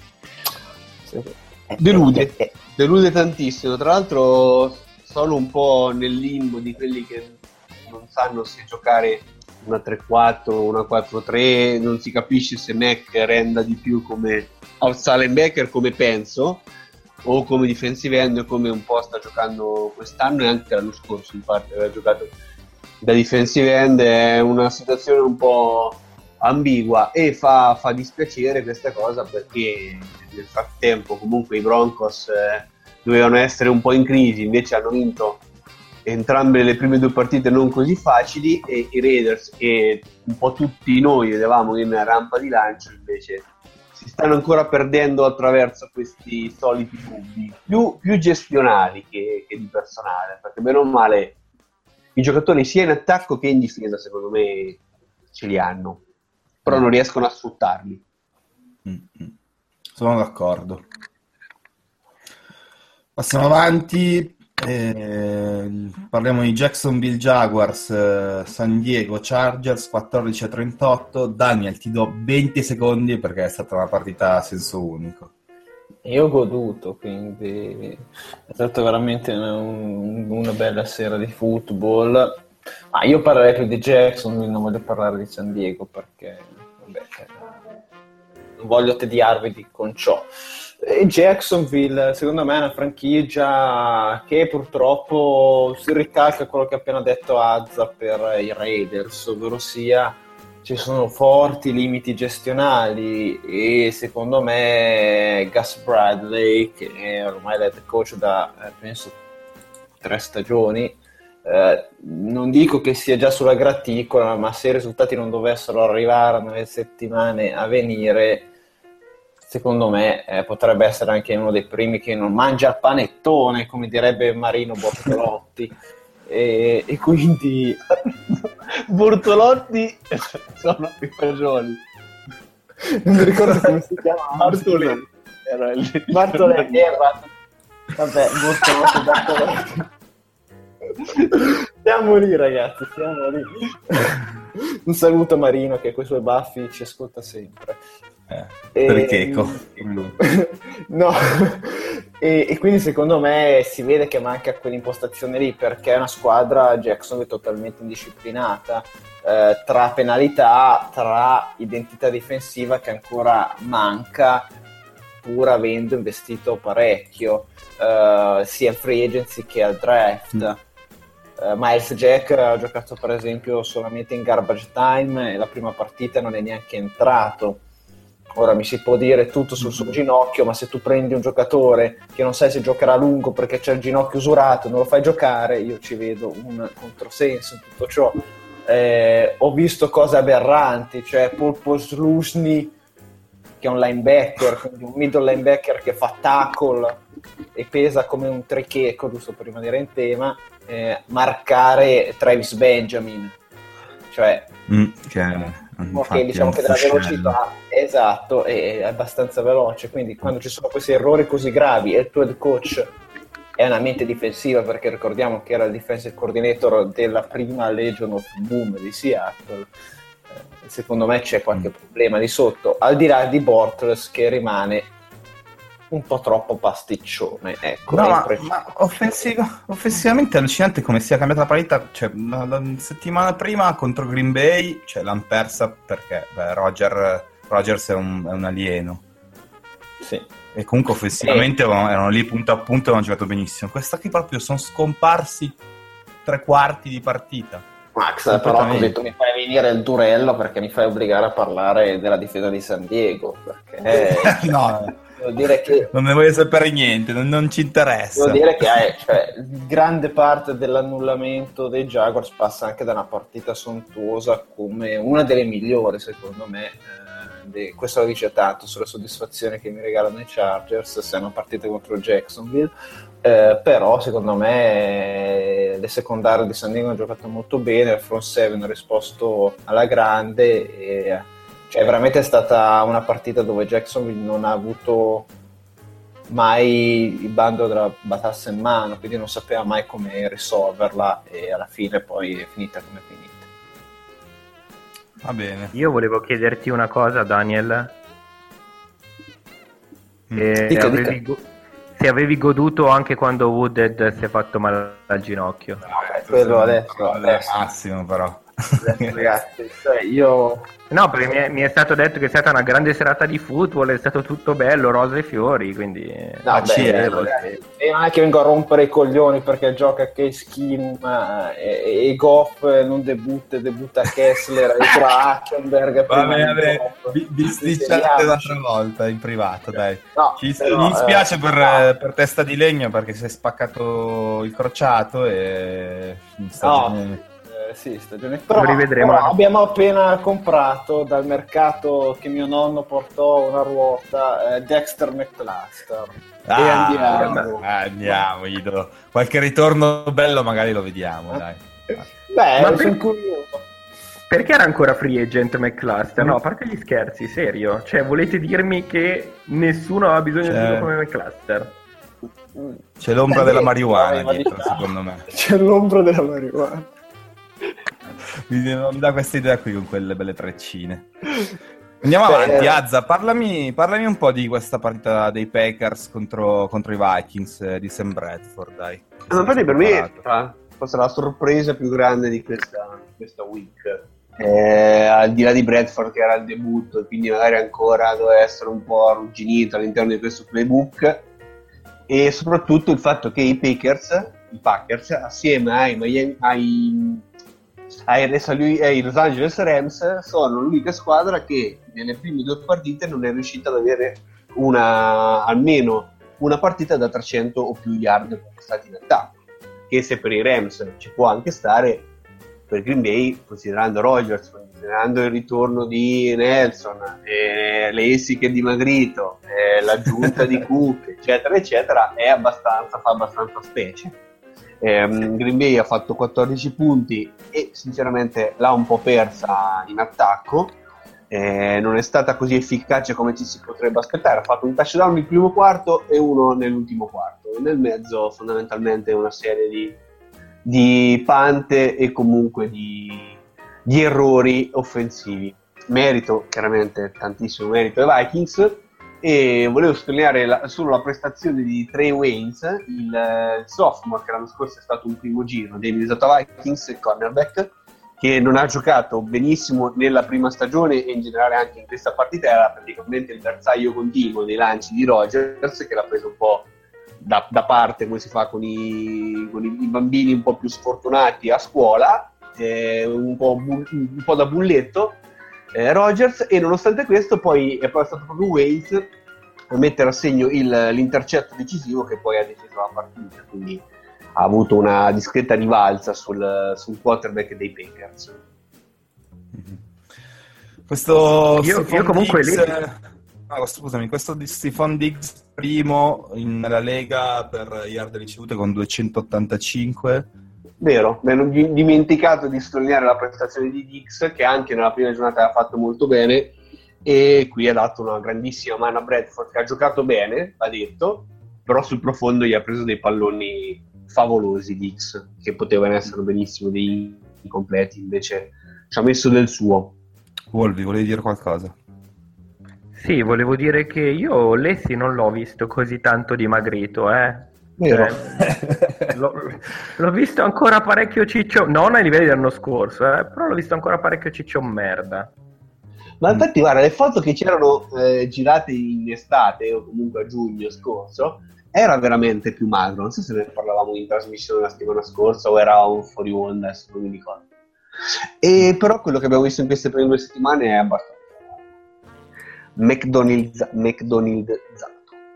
delude, delude tantissimo. Tra l'altro sono un po' nel limbo di quelli che non sanno se giocare una tre quattro, una quattro tre, non si capisce se Mac renda di più come outside linebacker, come penso, o come defensive end, come un po' sta giocando quest'anno e anche l'anno scorso in parte aveva giocato da defensive end. È una situazione un po' ambigua e fa, fa dispiacere questa cosa, perché nel frattempo comunque i Broncos eh, dovevano essere un po' in crisi, invece hanno vinto entrambe le prime due partite non così facili, e i Raiders, che un po' tutti noi vedevamo in rampa di lancio, invece si stanno ancora perdendo attraverso questi soliti dubbi più, più gestionali che, che di personale, perché bene o male i giocatori sia in attacco che in difesa secondo me ce li hanno, però non riescono a sfruttarli. Mm-hmm. Sono d'accordo. Passiamo avanti. Eh, parliamo di Jacksonville Jaguars, eh, San Diego Chargers quattordici a trentotto. Daniel, ti do venti secondi perché è stata una partita a senso unico. Io ho goduto, quindi è stata veramente un, una bella sera di football. Ah, io parlerei più di Jacksonville, non voglio parlare di San Diego perché vabbè, non voglio tediarvi di, con ciò. E Jacksonville, secondo me, è una franchigia che purtroppo si ricalca quello che ha appena detto Azza per i Raiders, ovvero sia ci sono forti limiti gestionali e secondo me Gus Bradley, che è ormai l'head coach da eh, penso tre stagioni, eh, non dico che sia già sulla graticola, ma se i risultati non dovessero arrivare nelle settimane a venire, secondo me eh, potrebbe essere anche uno dei primi che non mangia il panettone, come direbbe Marino Bortolotti. e, e quindi Bortolotti sono i fagioli. Non mi ricordo come si chiama. Bartolè era il Bartolè era... Vabbè, Bortolotti, Bartolotti. Siamo lì, ragazzi, siamo lì. Un saluto a Marino che con i suoi baffi ci ascolta sempre. Eh, e... perché? No, e, e quindi secondo me si vede che manca quell'impostazione lì, perché è una squadra Jacksonville totalmente indisciplinata, eh, tra penalità, tra identità difensiva che ancora manca, pur avendo investito parecchio, eh, sia al free agency che al draft. Mm. Uh, Miles Jack ha giocato per esempio solamente in garbage time e la prima partita non è neanche entrato. Ora mi si può dire tutto sul suo ginocchio, ma se tu prendi un giocatore che non sai se giocherà a lungo perché c'è il ginocchio usurato, non lo fai giocare, io ci vedo un controsenso in tutto ciò. Eh, ho visto cose aberranti, cioè Paul Posluszny, che è un linebacker, quindi un middle linebacker che fa tackle e pesa come un tricheco, giusto per rimanere in tema, eh, marcare Travis Benjamin, cioè mm, che, okay, diciamo che della velocità, esatto, è abbastanza veloce, quindi quando ci sono questi errori così gravi e il tuo head coach è una mente difensiva, perché ricordiamo che era il defensive coordinator della prima Legion of Boom di Seattle, eh, secondo me c'è qualche mm. problema di sotto, al di là di Bortles che rimane un po' troppo pasticcione, ecco. No, ma, ma offensiva, offensivamente è allucinante come sia cambiata la parità. Cioè, la, la settimana prima contro Green Bay, cioè, l'hanno persa perché beh, Roger, Rodgers è un, è un alieno. Sì. E comunque offensivamente eh. erano lì punto a punto e hanno giocato benissimo. Questa qui proprio sono scomparsi tre quarti di partita. Max, però così tu mi fai venire il durello perché mi fai obbligare a parlare della difesa di San Diego, perché no, devo dire che non ne voglio sapere niente, non, non ci interessa. Devo dire che eh, cioè, grande parte dell'annullamento dei Jaguars passa anche da una partita sontuosa come una delle migliori, secondo me. Eh, de... Questo lo dice tanto sulla soddisfazione che mi regalano i Chargers se hanno partite contro Jacksonville. Eh, però secondo me le secondarie di San Diego hanno giocato molto bene, il front seven ha risposto alla grande e cioè veramente è stata una partita dove Jacksonville non ha avuto mai il bando della batassa in mano, quindi non sapeva mai come risolverla e alla fine poi è finita come è finita. Va bene. Io volevo chiederti una cosa, Daniel. Mm. E dica, avevi dica. Go- se avevi goduto anche quando Woodhead si è fatto male al ginocchio. No, eh, quello adesso, adesso. Massimo però. Adesso, ragazzi, cioè io... No, perché mi è, mi è stato detto che è stata una grande serata di football, è stato tutto bello, rose e fiori, quindi... No, beh, e non è che vengo a rompere i coglioni perché gioca Case Keenum e, e Goff non debutta, debutta Kessler e Hackenberg. Vabbè, vabbè, bisticciate l'altra volta in privato, dai. No, Ci, però, mi dispiace eh, per, no. per testa di legno perché si è spaccato il crociato e... No. Sì, stagione. Però, lo rivedremo. Però abbiamo appena comprato dal mercato che mio nonno portò una ruota eh, Dexter McCluster. Ah, e andiamo. Andiamo, gli do. Qualche ritorno bello magari lo vediamo, eh? dai. Beh, Ma sono per... curioso. Perché era ancora free agent McCluster? No, a parte gli scherzi, serio. Cioè, volete dirmi che nessuno aveva bisogno C'è... di uno come McCluster? C'è l'ombra eh, della beh, marijuana no, dietro, secondo me. C'è l'ombra della marijuana. Mi dà questa idea qui con quelle belle treccine. Andiamo Beh, avanti, Azza, parlami, parlami un po' di questa partita dei Packers contro, contro i Vikings eh, di Sam Bradford, dai. Ma infatti per me forse la sorpresa più grande di questa, questa week, eh, al di là di Bradford che era il debutto, quindi magari ancora doveva essere un po' arrugginito all'interno di questo playbook, e soprattutto il fatto che i Packers, i Packers assieme ai, Miami, ai, ai, ai Los Angeles Rams sono l'unica squadra che nelle prime due partite non è riuscita ad avere una, almeno una partita da trecento o più yard stati in attacco, che se per i Rams ci può anche stare, per Green Bay, considerando Rodgers, considerando il ritorno di Nelson, eh, le essiche dimagrito, eh, l'aggiunta di Cook, eccetera eccetera, è abbastanza, fa abbastanza specie. eh, Green Bay ha fatto quattordici punti e sinceramente l'ha un po' persa in attacco, eh, non è stata così efficace come ci si potrebbe aspettare. Ha fatto un touchdown nel primo quarto e uno nell'ultimo quarto, e nel mezzo fondamentalmente una serie di, di pante e comunque di, di errori offensivi. Merito, chiaramente tantissimo merito ai Vikings, e volevo sottolineare la, solo la prestazione di Trey Waynes, il, il sophomore che l'anno scorso è stato un primo giro dei Minnesota Vikings, il cornerback, che non ha giocato benissimo nella prima stagione e in generale anche in questa partita. Era praticamente il bersaglio continuo dei lanci di Rodgers, che l'ha preso un po' da, da parte, come si fa con, i, con i, i bambini un po' più sfortunati a scuola, eh, un, po bu- un po' da bulletto eh, Rodgers, e nonostante questo poi è poi stato proprio Waynes a mettere a segno il, l'intercetto decisivo che poi ha deciso la partita, quindi ha avuto una discreta rivalsa sul, sul quarterback dei Packers. Questo io, io comunque Diggs, lì... ah, scusami, questo di Stephon Diggs primo in, nella Lega per yard ricevute con duecentottantacinque. Vero, mi hanno dimenticato di sottolineare la prestazione di Diggs, che anche nella prima giornata ha fatto molto bene, e qui ha dato una grandissima mano a Bradford, che ha giocato bene, va detto, però sul profondo gli ha preso dei palloni favolosi Diggs, che potevano essere benissimo dei incompleti, invece ci ha messo del suo. Wolvi, volevi dire qualcosa? Sì, volevo dire che io Lessi non l'ho visto così tanto dimagrito, eh. Vero. Cioè, l'ho, l'ho visto ancora parecchio ciccio, non ai livelli dell'anno scorso, eh, però l'ho visto ancora parecchio ciccio merda. Ma infatti guarda, le foto che c'erano eh, girate in estate o comunque a giugno scorso, era veramente più magro. Non so se ne parlavamo in trasmissione la settimana scorsa o era un fuori onda, adesso non mi ricordo. E però quello che abbiamo visto in queste prime due settimane è abbastanza McDonald's, McDonald'szato.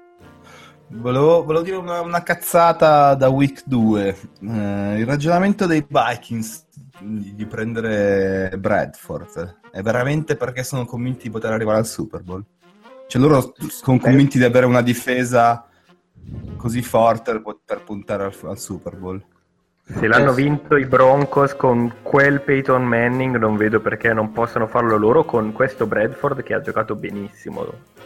Volevo, volevo dire una, una cazzata da week due. Eh, il ragionamento dei Vikings di, di prendere Bradford è veramente perché sono convinti di poter arrivare al Super Bowl. Cioè loro sono convinti di avere una difesa così forte per poter puntare al, al Super Bowl. Se l'hanno vinto i Broncos con quel Peyton Manning, non vedo perché non possano farlo loro con questo Bradford che ha giocato benissimo.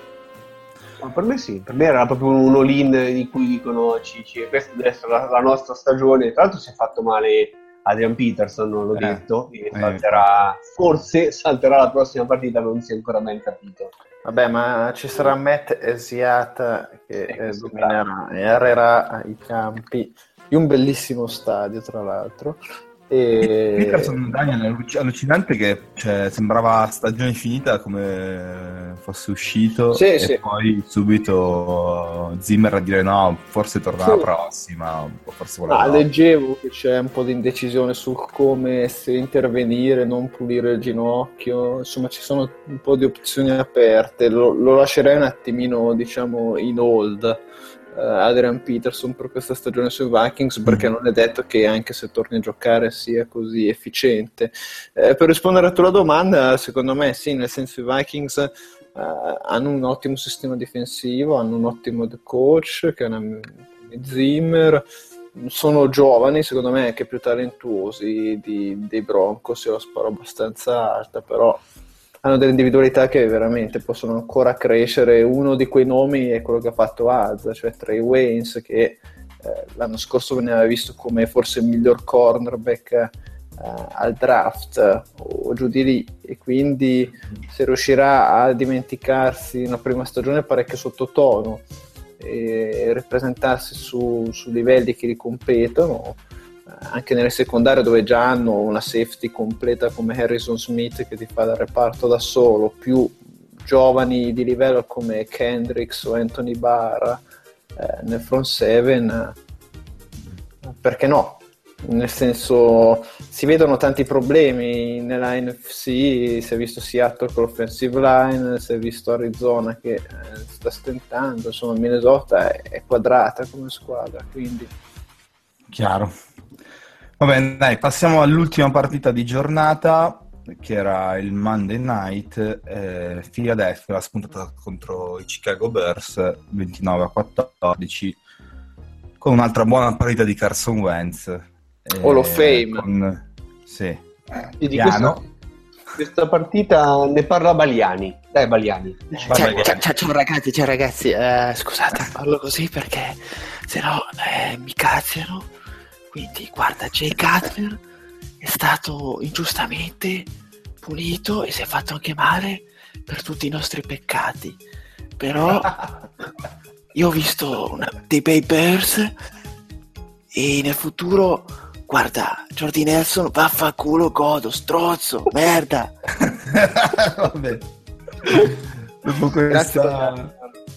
Ma per me sì, per me era proprio un all-in di cui dicono Cici, questa deve essere la, la nostra stagione. Tra l'altro si è fatto male Adrian Peterson, non l'ho eh, detto, e eh, salterà, forse salterà la prossima partita, non si è ancora ben capito. Vabbè, ma ci sarà Matt Esiata che eh, dominerà e arrerà i campi di un bellissimo stadio, tra l'altro. E... Peterson, Daniel, è allucinante che cioè, sembrava stagione finita come fosse uscito, sì, e sì. poi subito Zimmer a dire no, forse torna sì. la prossima, forse vuole Ah, no. leggevo che c'è un po' di indecisione sul come se intervenire, non pulire il ginocchio, insomma ci sono un po' di opzioni aperte. Lo, lo lascerei un attimino, diciamo, in hold uh, Adrian Peterson per questa stagione sui Vikings, perché mm. non è detto che anche se torni a giocare sia così efficiente. Eh, per rispondere alla tua domanda, secondo me sì, nel senso i Vikings uh, hanno un ottimo sistema difensivo, hanno un ottimo coach che è una Zimmer, sono giovani, secondo me anche più talentuosi di, dei Broncos, io lo sparo abbastanza alta, però hanno delle individualità che veramente possono ancora crescere. Uno di quei nomi è quello che ha fatto Az, cioè Trey Waynes, che eh, l'anno scorso veniva visto come forse il miglior cornerback eh, al draft o giù di lì, e quindi se riuscirà a dimenticarsi una prima stagione parecchio sottotono e ripresentarsi su, su livelli che gli competono, anche nelle secondarie dove già hanno una safety completa come Harrison Smith che ti fa il reparto da solo, più giovani di livello come Kendricks o Anthony Barr eh, nel front seven, eh, perché no? Nel senso, si vedono tanti problemi nella N F C, si è visto Seattle con l'offensive line, si è visto Arizona che eh, sta stentando, insomma Minnesota è, è quadrata come squadra, quindi chiaro. Va bene, dai, passiamo all'ultima partita di giornata, che era il Monday Night. eh, Philadelphia ha spuntato contro i Chicago Bears ventinove a quattordici, con un'altra buona partita di Carson Wentz. eh, Hall of Fame. Con... Sì. E di questa, questa partita ne parla Baliani. Dai Baliani. Ciao, ciao, ciao, ciao ragazzi, ciao ragazzi, eh, scusate, parlo così perché sennò eh, mi cazziano. Quindi guarda, Jay Cutler è stato ingiustamente punito e si è fatto anche male per tutti i nostri peccati, però io ho visto una, dei bei Bears e nel futuro, guarda, Jordy Nelson, vaffanculo, godo, strozzo, merda. Vabbè, dopo questa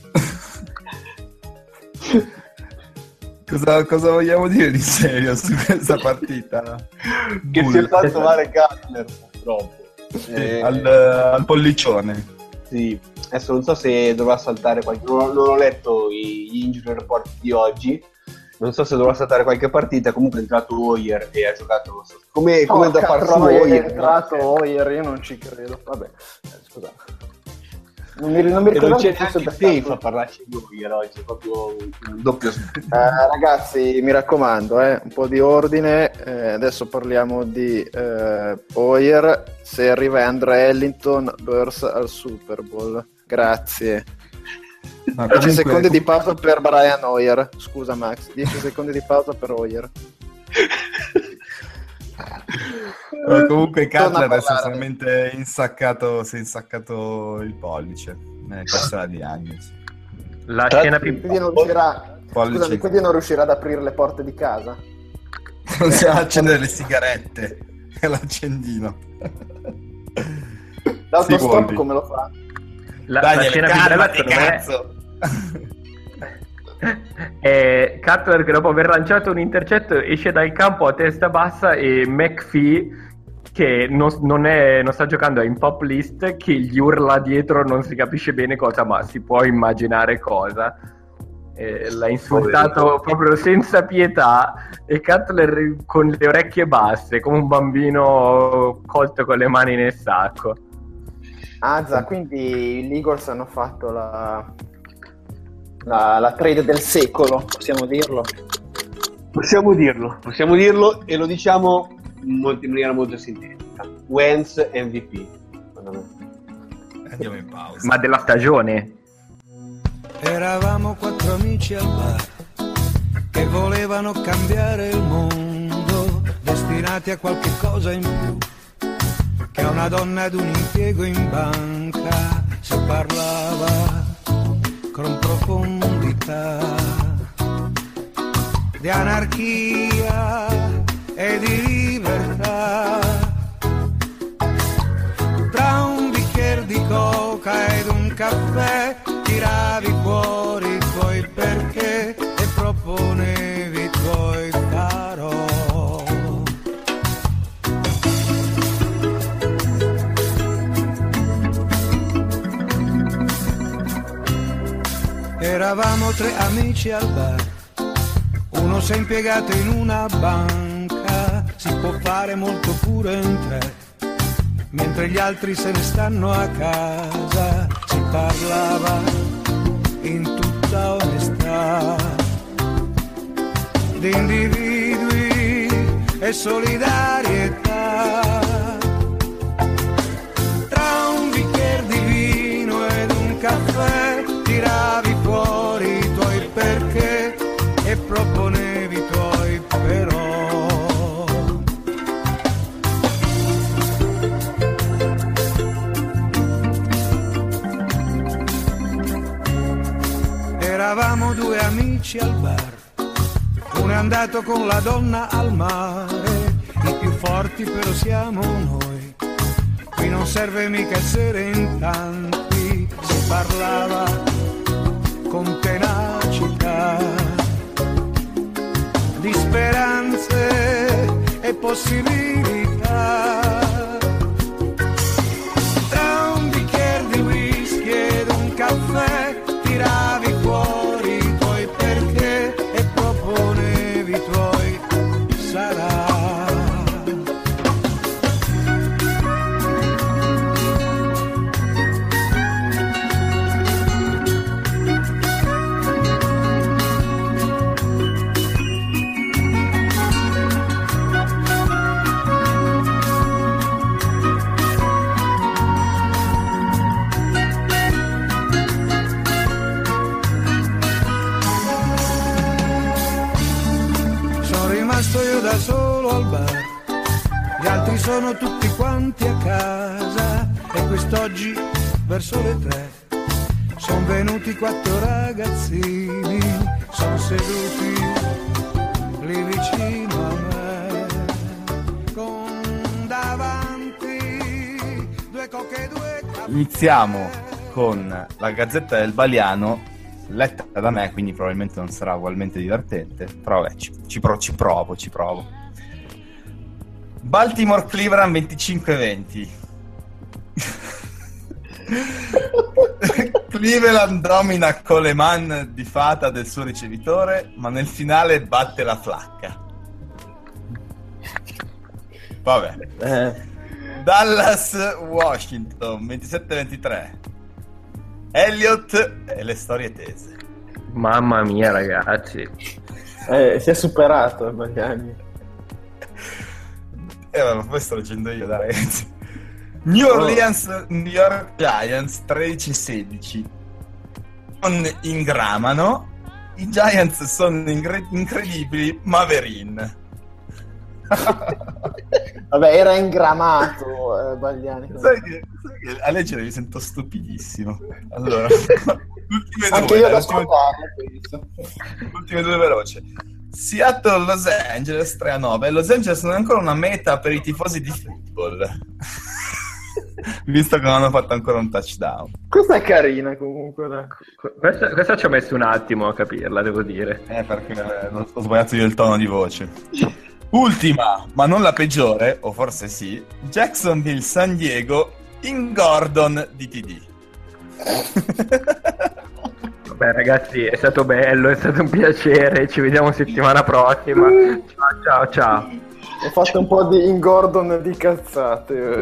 cosa, cosa vogliamo dire di serio su questa partita? Che Bull. si è fatto male Cutler purtroppo. Eh, al, al pollicione. Sì, adesso non so se dovrà saltare qualche... Non, non ho letto gli injury report di oggi, non so se dovrà saltare qualche partita. Comunque è entrato Hoyer e ha giocato come, come oh, da farsi Hoyer Hoyer. è entrato Hoyer, io non ci credo, vabbè, eh, scusate. Non mi, non mi E non ricordo c'è che fosse neanche safe beccato. a parlarci di Hoyer oggi, è proprio un doppio Eh, ragazzi, mi raccomando, eh, un po' di ordine. Eh, adesso parliamo di eh, Hoyer. Se arriva Andre Ellington, Bears al Super Bowl. Grazie. No, dieci comunque- secondi di pausa per Brian Hoyer. Scusa Max, dieci secondi di pausa per Hoyer. No, comunque Torna a Cutler è parlare. sostanzialmente insaccato, si è insaccato il pollice. Eh, questa è la diagnosi. La Tra- scena più... Quindi non riuscirà, Pollice. scusami, quindi non riuscirà ad aprire le porte di casa? Non si accendere le sigarette e l'accendino. L'autostop Secondi. come lo fa? La, la Daniele, scena più bella calmati, secondo me cazzo. è Cutler che dopo aver lanciato un intercetto esce dal campo a testa bassa e McPhee che non, non, è, non sta giocando, è in pop list, che gli urla dietro, non si capisce bene cosa, ma si può immaginare cosa. Eh, l'ha insultato proprio senza pietà e Cutler con le orecchie basse come un bambino colto con le mani nel sacco. Azza, quindi gli Eagles hanno fatto la, la, la trade del secolo, possiamo dirlo? Possiamo dirlo, possiamo dirlo e lo diciamo in molto- in maniera molto sintetica. Wentz M V P, secondo me. Andiamo in pausa. Ma della stagione. Eravamo quattro amici al bar che volevano cambiare il mondo, destinati a qualche cosa in più che a una donna ad un impiego in banca. Si parlava con profondità di anarchia e di libertà, tra un bicchiere di coca ed un caffè tiravi fuori i tuoi perché e proponevi i tuoi farò. Eravamo tre amici al bar, uno si è impiegato in una banca, si può fare molto pure in tre, mentre gli altri se ne stanno a casa. Si parlava in tutta onestà di individui e solidarietà, tra un bicchiere di vino ed un caffè tiravi fuori i tuoi perché e proponevi i tuoi però. Eravamo due amici al bar, una andato con la donna al mare, i più forti però siamo noi. Qui non serve mica essere in tanti, si parlava con tenacità di speranze e possibilità. Tra un bicchiere di whisky ed un caffè tiravi fuori i tuoi perché e proponevi i tuoi sarà. Sto io da solo al bar, gli altri sono tutti quanti a casa e quest'oggi verso le tre sono venuti quattro ragazzini, sono seduti lì vicino a me con davanti due coche e due caffè. Iniziamo con la Gazzetta del Baliano, letta da me, quindi probabilmente non sarà ugualmente divertente, però vabbè, ci, ci, pro, ci provo, ci provo. Baltimore Cleveland venticinque venti. Cleveland domina Coleman di fata del suo ricevitore, ma nel finale batte la flacca. Vabbè. Eh. Dallas Washington ventisette ventitré. Elliott e le storie tese. Mamma mia, ragazzi. Eh, si è superato negli anni. Eh, ma poi sto leggendo io, dai, ragazzi. New Orleans, oh. New York Giants tredici sedici. Non ingramano. I Giants sono ingre- incredibili, ma verin. Vabbè, era ingramato, eh, Bagliani. Sai che, sai che a leggere mi sento stupidissimo. Allora, l'ultime anche due, io da l'ultime, ultime due veloci. Seattle Los Angeles tre a nove. Los Angeles non è ancora una meta per i tifosi di football, visto che non hanno fatto ancora un touchdown. Questa è carina comunque, dai. Questa, questa ci ho messo un attimo a capirla, devo dire. Eh, perché eh, ho sbagliato io il tono di voce. Ultima, ma non la peggiore, o forse sì, Jacksonville San Diego in Gordon di T D. Vabbè ragazzi, è stato bello, è stato un piacere, ci vediamo settimana prossima. Ciao ciao ciao. Ho fatto un po' di in Gordon di cazzate.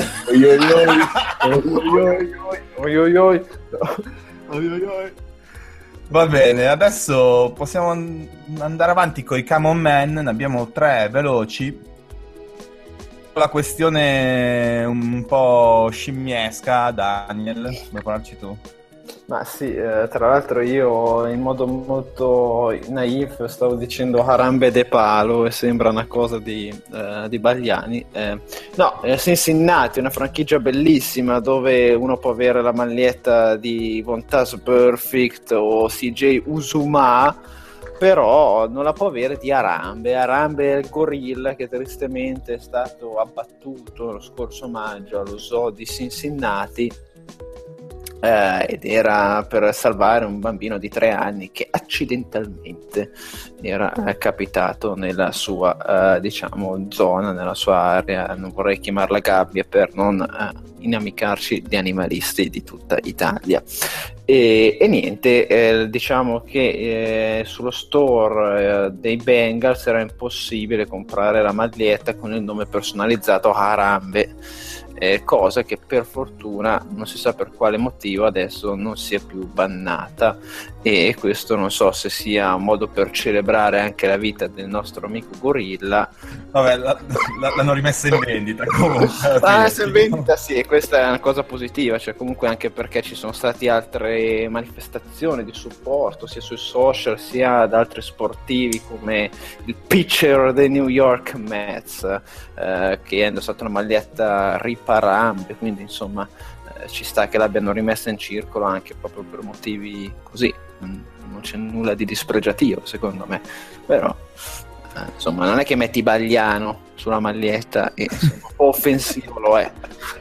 Va bene, adesso possiamo andare avanti con i Common Man, ne abbiamo tre veloci. La questione un po' scimmiesca, Daniel, vuoi parlarci tu? Ma sì, eh, tra l'altro io in modo molto naif stavo dicendo Harambe de Palo e sembra una cosa di, eh, di Bagliani. Eh, no, Cincinnati, una franchigia bellissima dove uno può avere la maglietta di Vontaze Burfict o C J Uzumah, però non la può avere di Harambe. Harambe è il gorilla che tristemente è stato abbattuto lo scorso maggio allo zoo di Cincinnati. Eh, ed era per salvare un bambino di tre anni che accidentalmente era eh, capitato nella sua eh, diciamo zona, nella sua area, non vorrei chiamarla gabbia per non eh, inamicarci di animalisti di tutta Italia. E, e niente, eh, diciamo che eh, sullo store eh, dei Bengals era impossibile comprare la maglietta con il nome personalizzato Harambe. Eh, cosa che per fortuna non si sa per quale motivo adesso non sia più bannata, e questo non so se sia un modo per celebrare anche la vita del nostro amico gorilla. Vabbè, la, la, l'hanno rimessa in vendita comunque. Ah, in vendita sì, e questa è una cosa positiva, cioè comunque anche perché ci sono state altre manifestazioni di supporto sia sui social sia da altri sportivi come il pitcher dei New York Mets eh, che ha indossato una maglietta riparambe, quindi insomma eh, ci sta che l'abbiano rimessa in circolo anche proprio per motivi così, non c'è nulla di dispregiativo secondo me, però eh, insomma non è che metti Bagliano sulla maglietta e insomma, un po' offensivo lo è.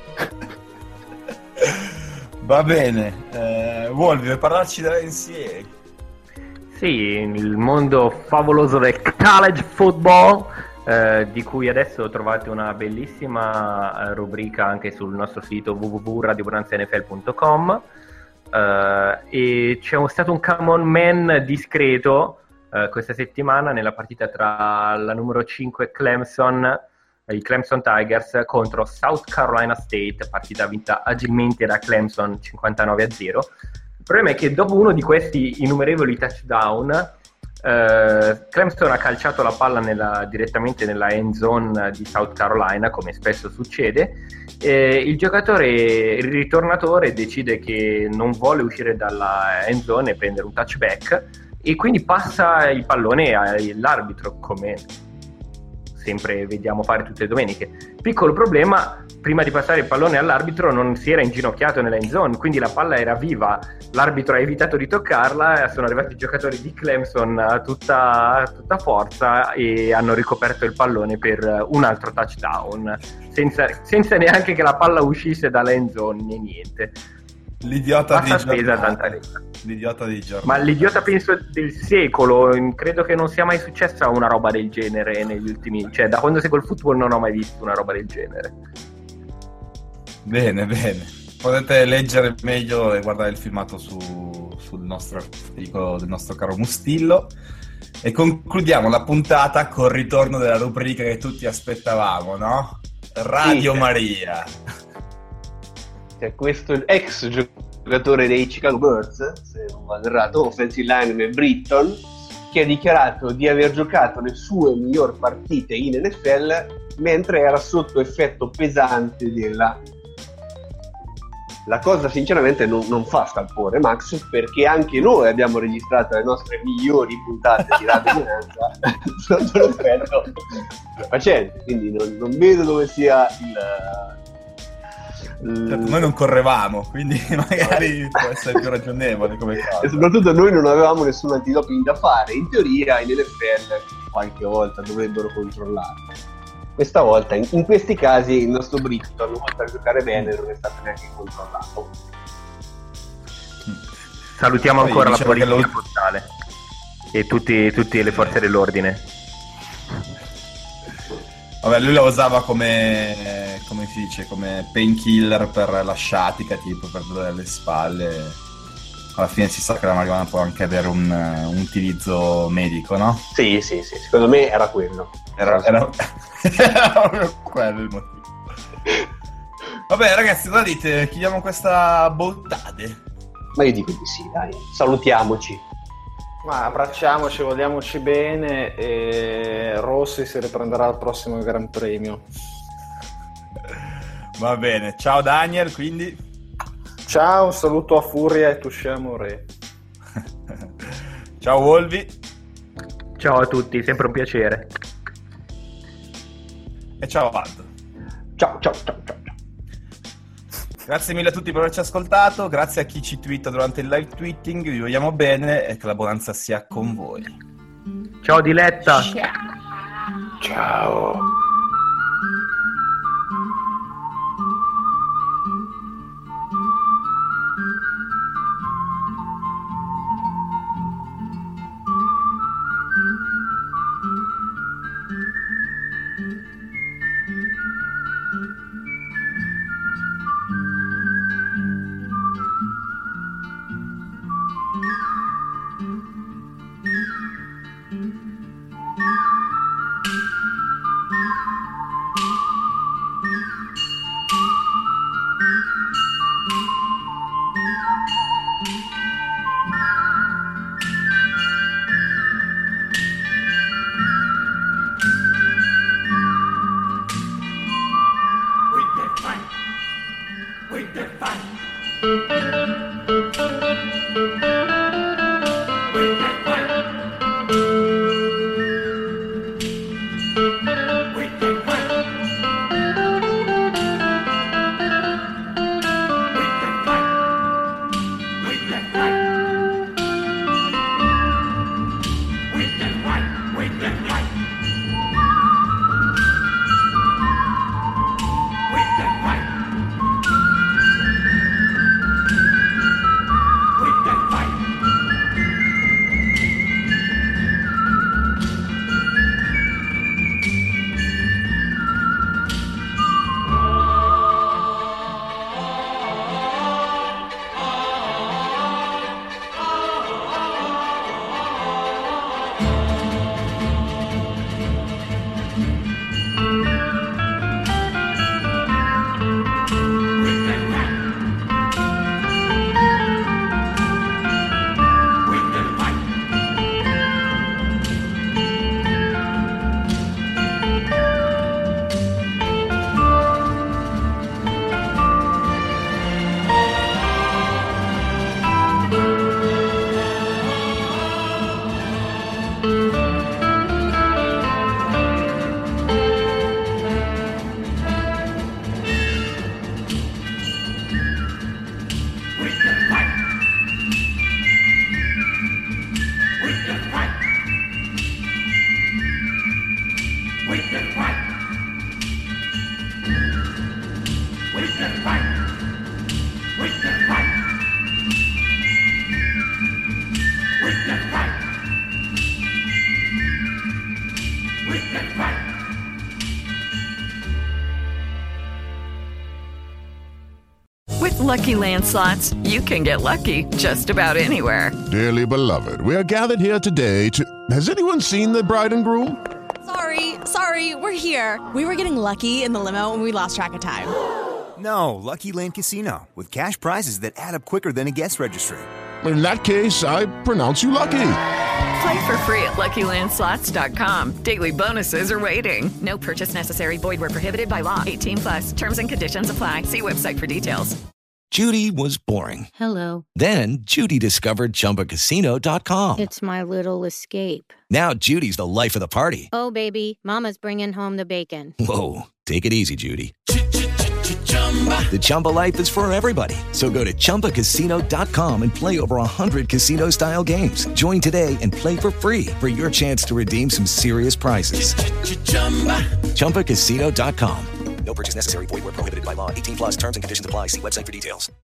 Va bene, eh, Wolvi, vuoi parlarci della N C A A? Sì, il mondo favoloso del college football, eh, di cui adesso trovate una bellissima eh, rubrica anche sul nostro sito w w w punto radio bonanza n f l punto com, eh, e c'è stato un come on man discreto eh, questa settimana nella partita tra la numero cinque Clemson, i Clemson Tigers, contro South Carolina State, partita vinta agilmente da Clemson cinquantanove a zero. Il problema è che dopo uno di questi innumerevoli touchdown, eh, Clemson ha calciato la palla nella, direttamente nella end zone di South Carolina, come spesso succede, e il giocatore, il ritornatore, decide che non vuole uscire dalla end zone e prendere un touchback, e quindi passa il pallone all'arbitro, come sempre vediamo fare tutte le domeniche. Piccolo problema: prima di passare il pallone all'arbitro non si era inginocchiato nella end zone, quindi la palla era viva, l'arbitro ha evitato di toccarla, sono arrivati i giocatori di Clemson a tutta, a tutta forza e hanno ricoperto il pallone per un altro touchdown, senza, senza neanche che la palla uscisse dalla end zone né niente. L'idiota di spesa, tanta retta. L'idiota di giornata. Ma l'idiota penso del secolo, credo che non sia mai successa una roba del genere negli ultimi, cioè da quando seguo il football non ho mai visto una roba del genere. Bene, bene. Potete leggere meglio e guardare il filmato su, sul nostro articolo del nostro caro Mustillo. E concludiamo la puntata col ritorno della rubrica che tutti aspettavamo, no? Radio sì. Maria. C'è questo ex giocatore dei Chicago Birds, se non vado errato, offensive lineman Britton, che ha dichiarato di aver giocato le sue migliori partite in N F L mentre era sotto effetto pesante della... La cosa sinceramente non, non fa scalpore, Max, perché anche noi abbiamo registrato le nostre migliori puntate di Radio Bonanza sotto l'effetto facente, quindi non, non vedo dove sia il... Certo, noi non correvamo, quindi magari può essere più ragionevole come cosa. E soprattutto noi non avevamo nessun antidoping da fare. In teoria in N F L qualche volta dovrebbero controllarlo. Questa volta, in, in questi casi, il nostro Britton, oltre a giocare bene, non è stato neanche controllato. Salutiamo Poi ancora la polizia lo... postale e tutti, tutte le forze dell'ordine. Vabbè, lui la usava come, come si dice, come painkiller per la sciatica, tipo per dolore alle spalle. Alla fine si sa che la marijuana può anche avere un, un utilizzo medico, no? Sì, sì, sì, secondo me era quello. Era, era... era quello il motivo. Vabbè ragazzi, cosa dite? Chiudiamo questa bottade? Ma io dico di sì, dai, salutiamoci. Ma abbracciamoci, vogliamoci bene e Rossi si riprenderà al prossimo Gran Premio. Va bene, ciao Daniel, quindi ciao, un saluto a Furia e Tusciamo Re. Ciao Wolvi. Ciao a tutti, sempre un piacere. E ciao Aldo. Ciao, ciao, ciao, ciao. Grazie mille a tutti per averci ascoltato, grazie a chi ci twitta durante il live tweeting, vi vogliamo bene e che la bonanza sia con voi. Ciao Diletta. Ciao. Ciao. With Lucky Land Slots, you can get lucky just about anywhere. Dearly beloved, we are gathered here today to... Has anyone seen the bride and groom? Sorry, sorry, we're here. We were getting lucky in the limo and we lost track of time. No, Lucky Land Casino, with cash prizes that add up quicker than a guest registry. In that case, I pronounce you lucky. Play for free at Lucky Land Slots dot com. Daily bonuses are waiting. No purchase necessary. Void where prohibited by law. eighteen plus. Terms and conditions apply. See website for details. Judy was boring. Hello. Then Judy discovered Chumba Casino dot com. It's my little escape. Now Judy's the life of the party. Oh, baby, mama's bringing home the bacon. Whoa, take it easy, Judy. The Chumba life is for everybody. So go to Chumba Casino dot com and play over one hundred casino-style games. Join today and play for free for your chance to redeem some serious prizes. Chumba Casino dot com. No purchase necessary. Void where prohibited by law. eighteen plus terms and conditions apply. See website for details.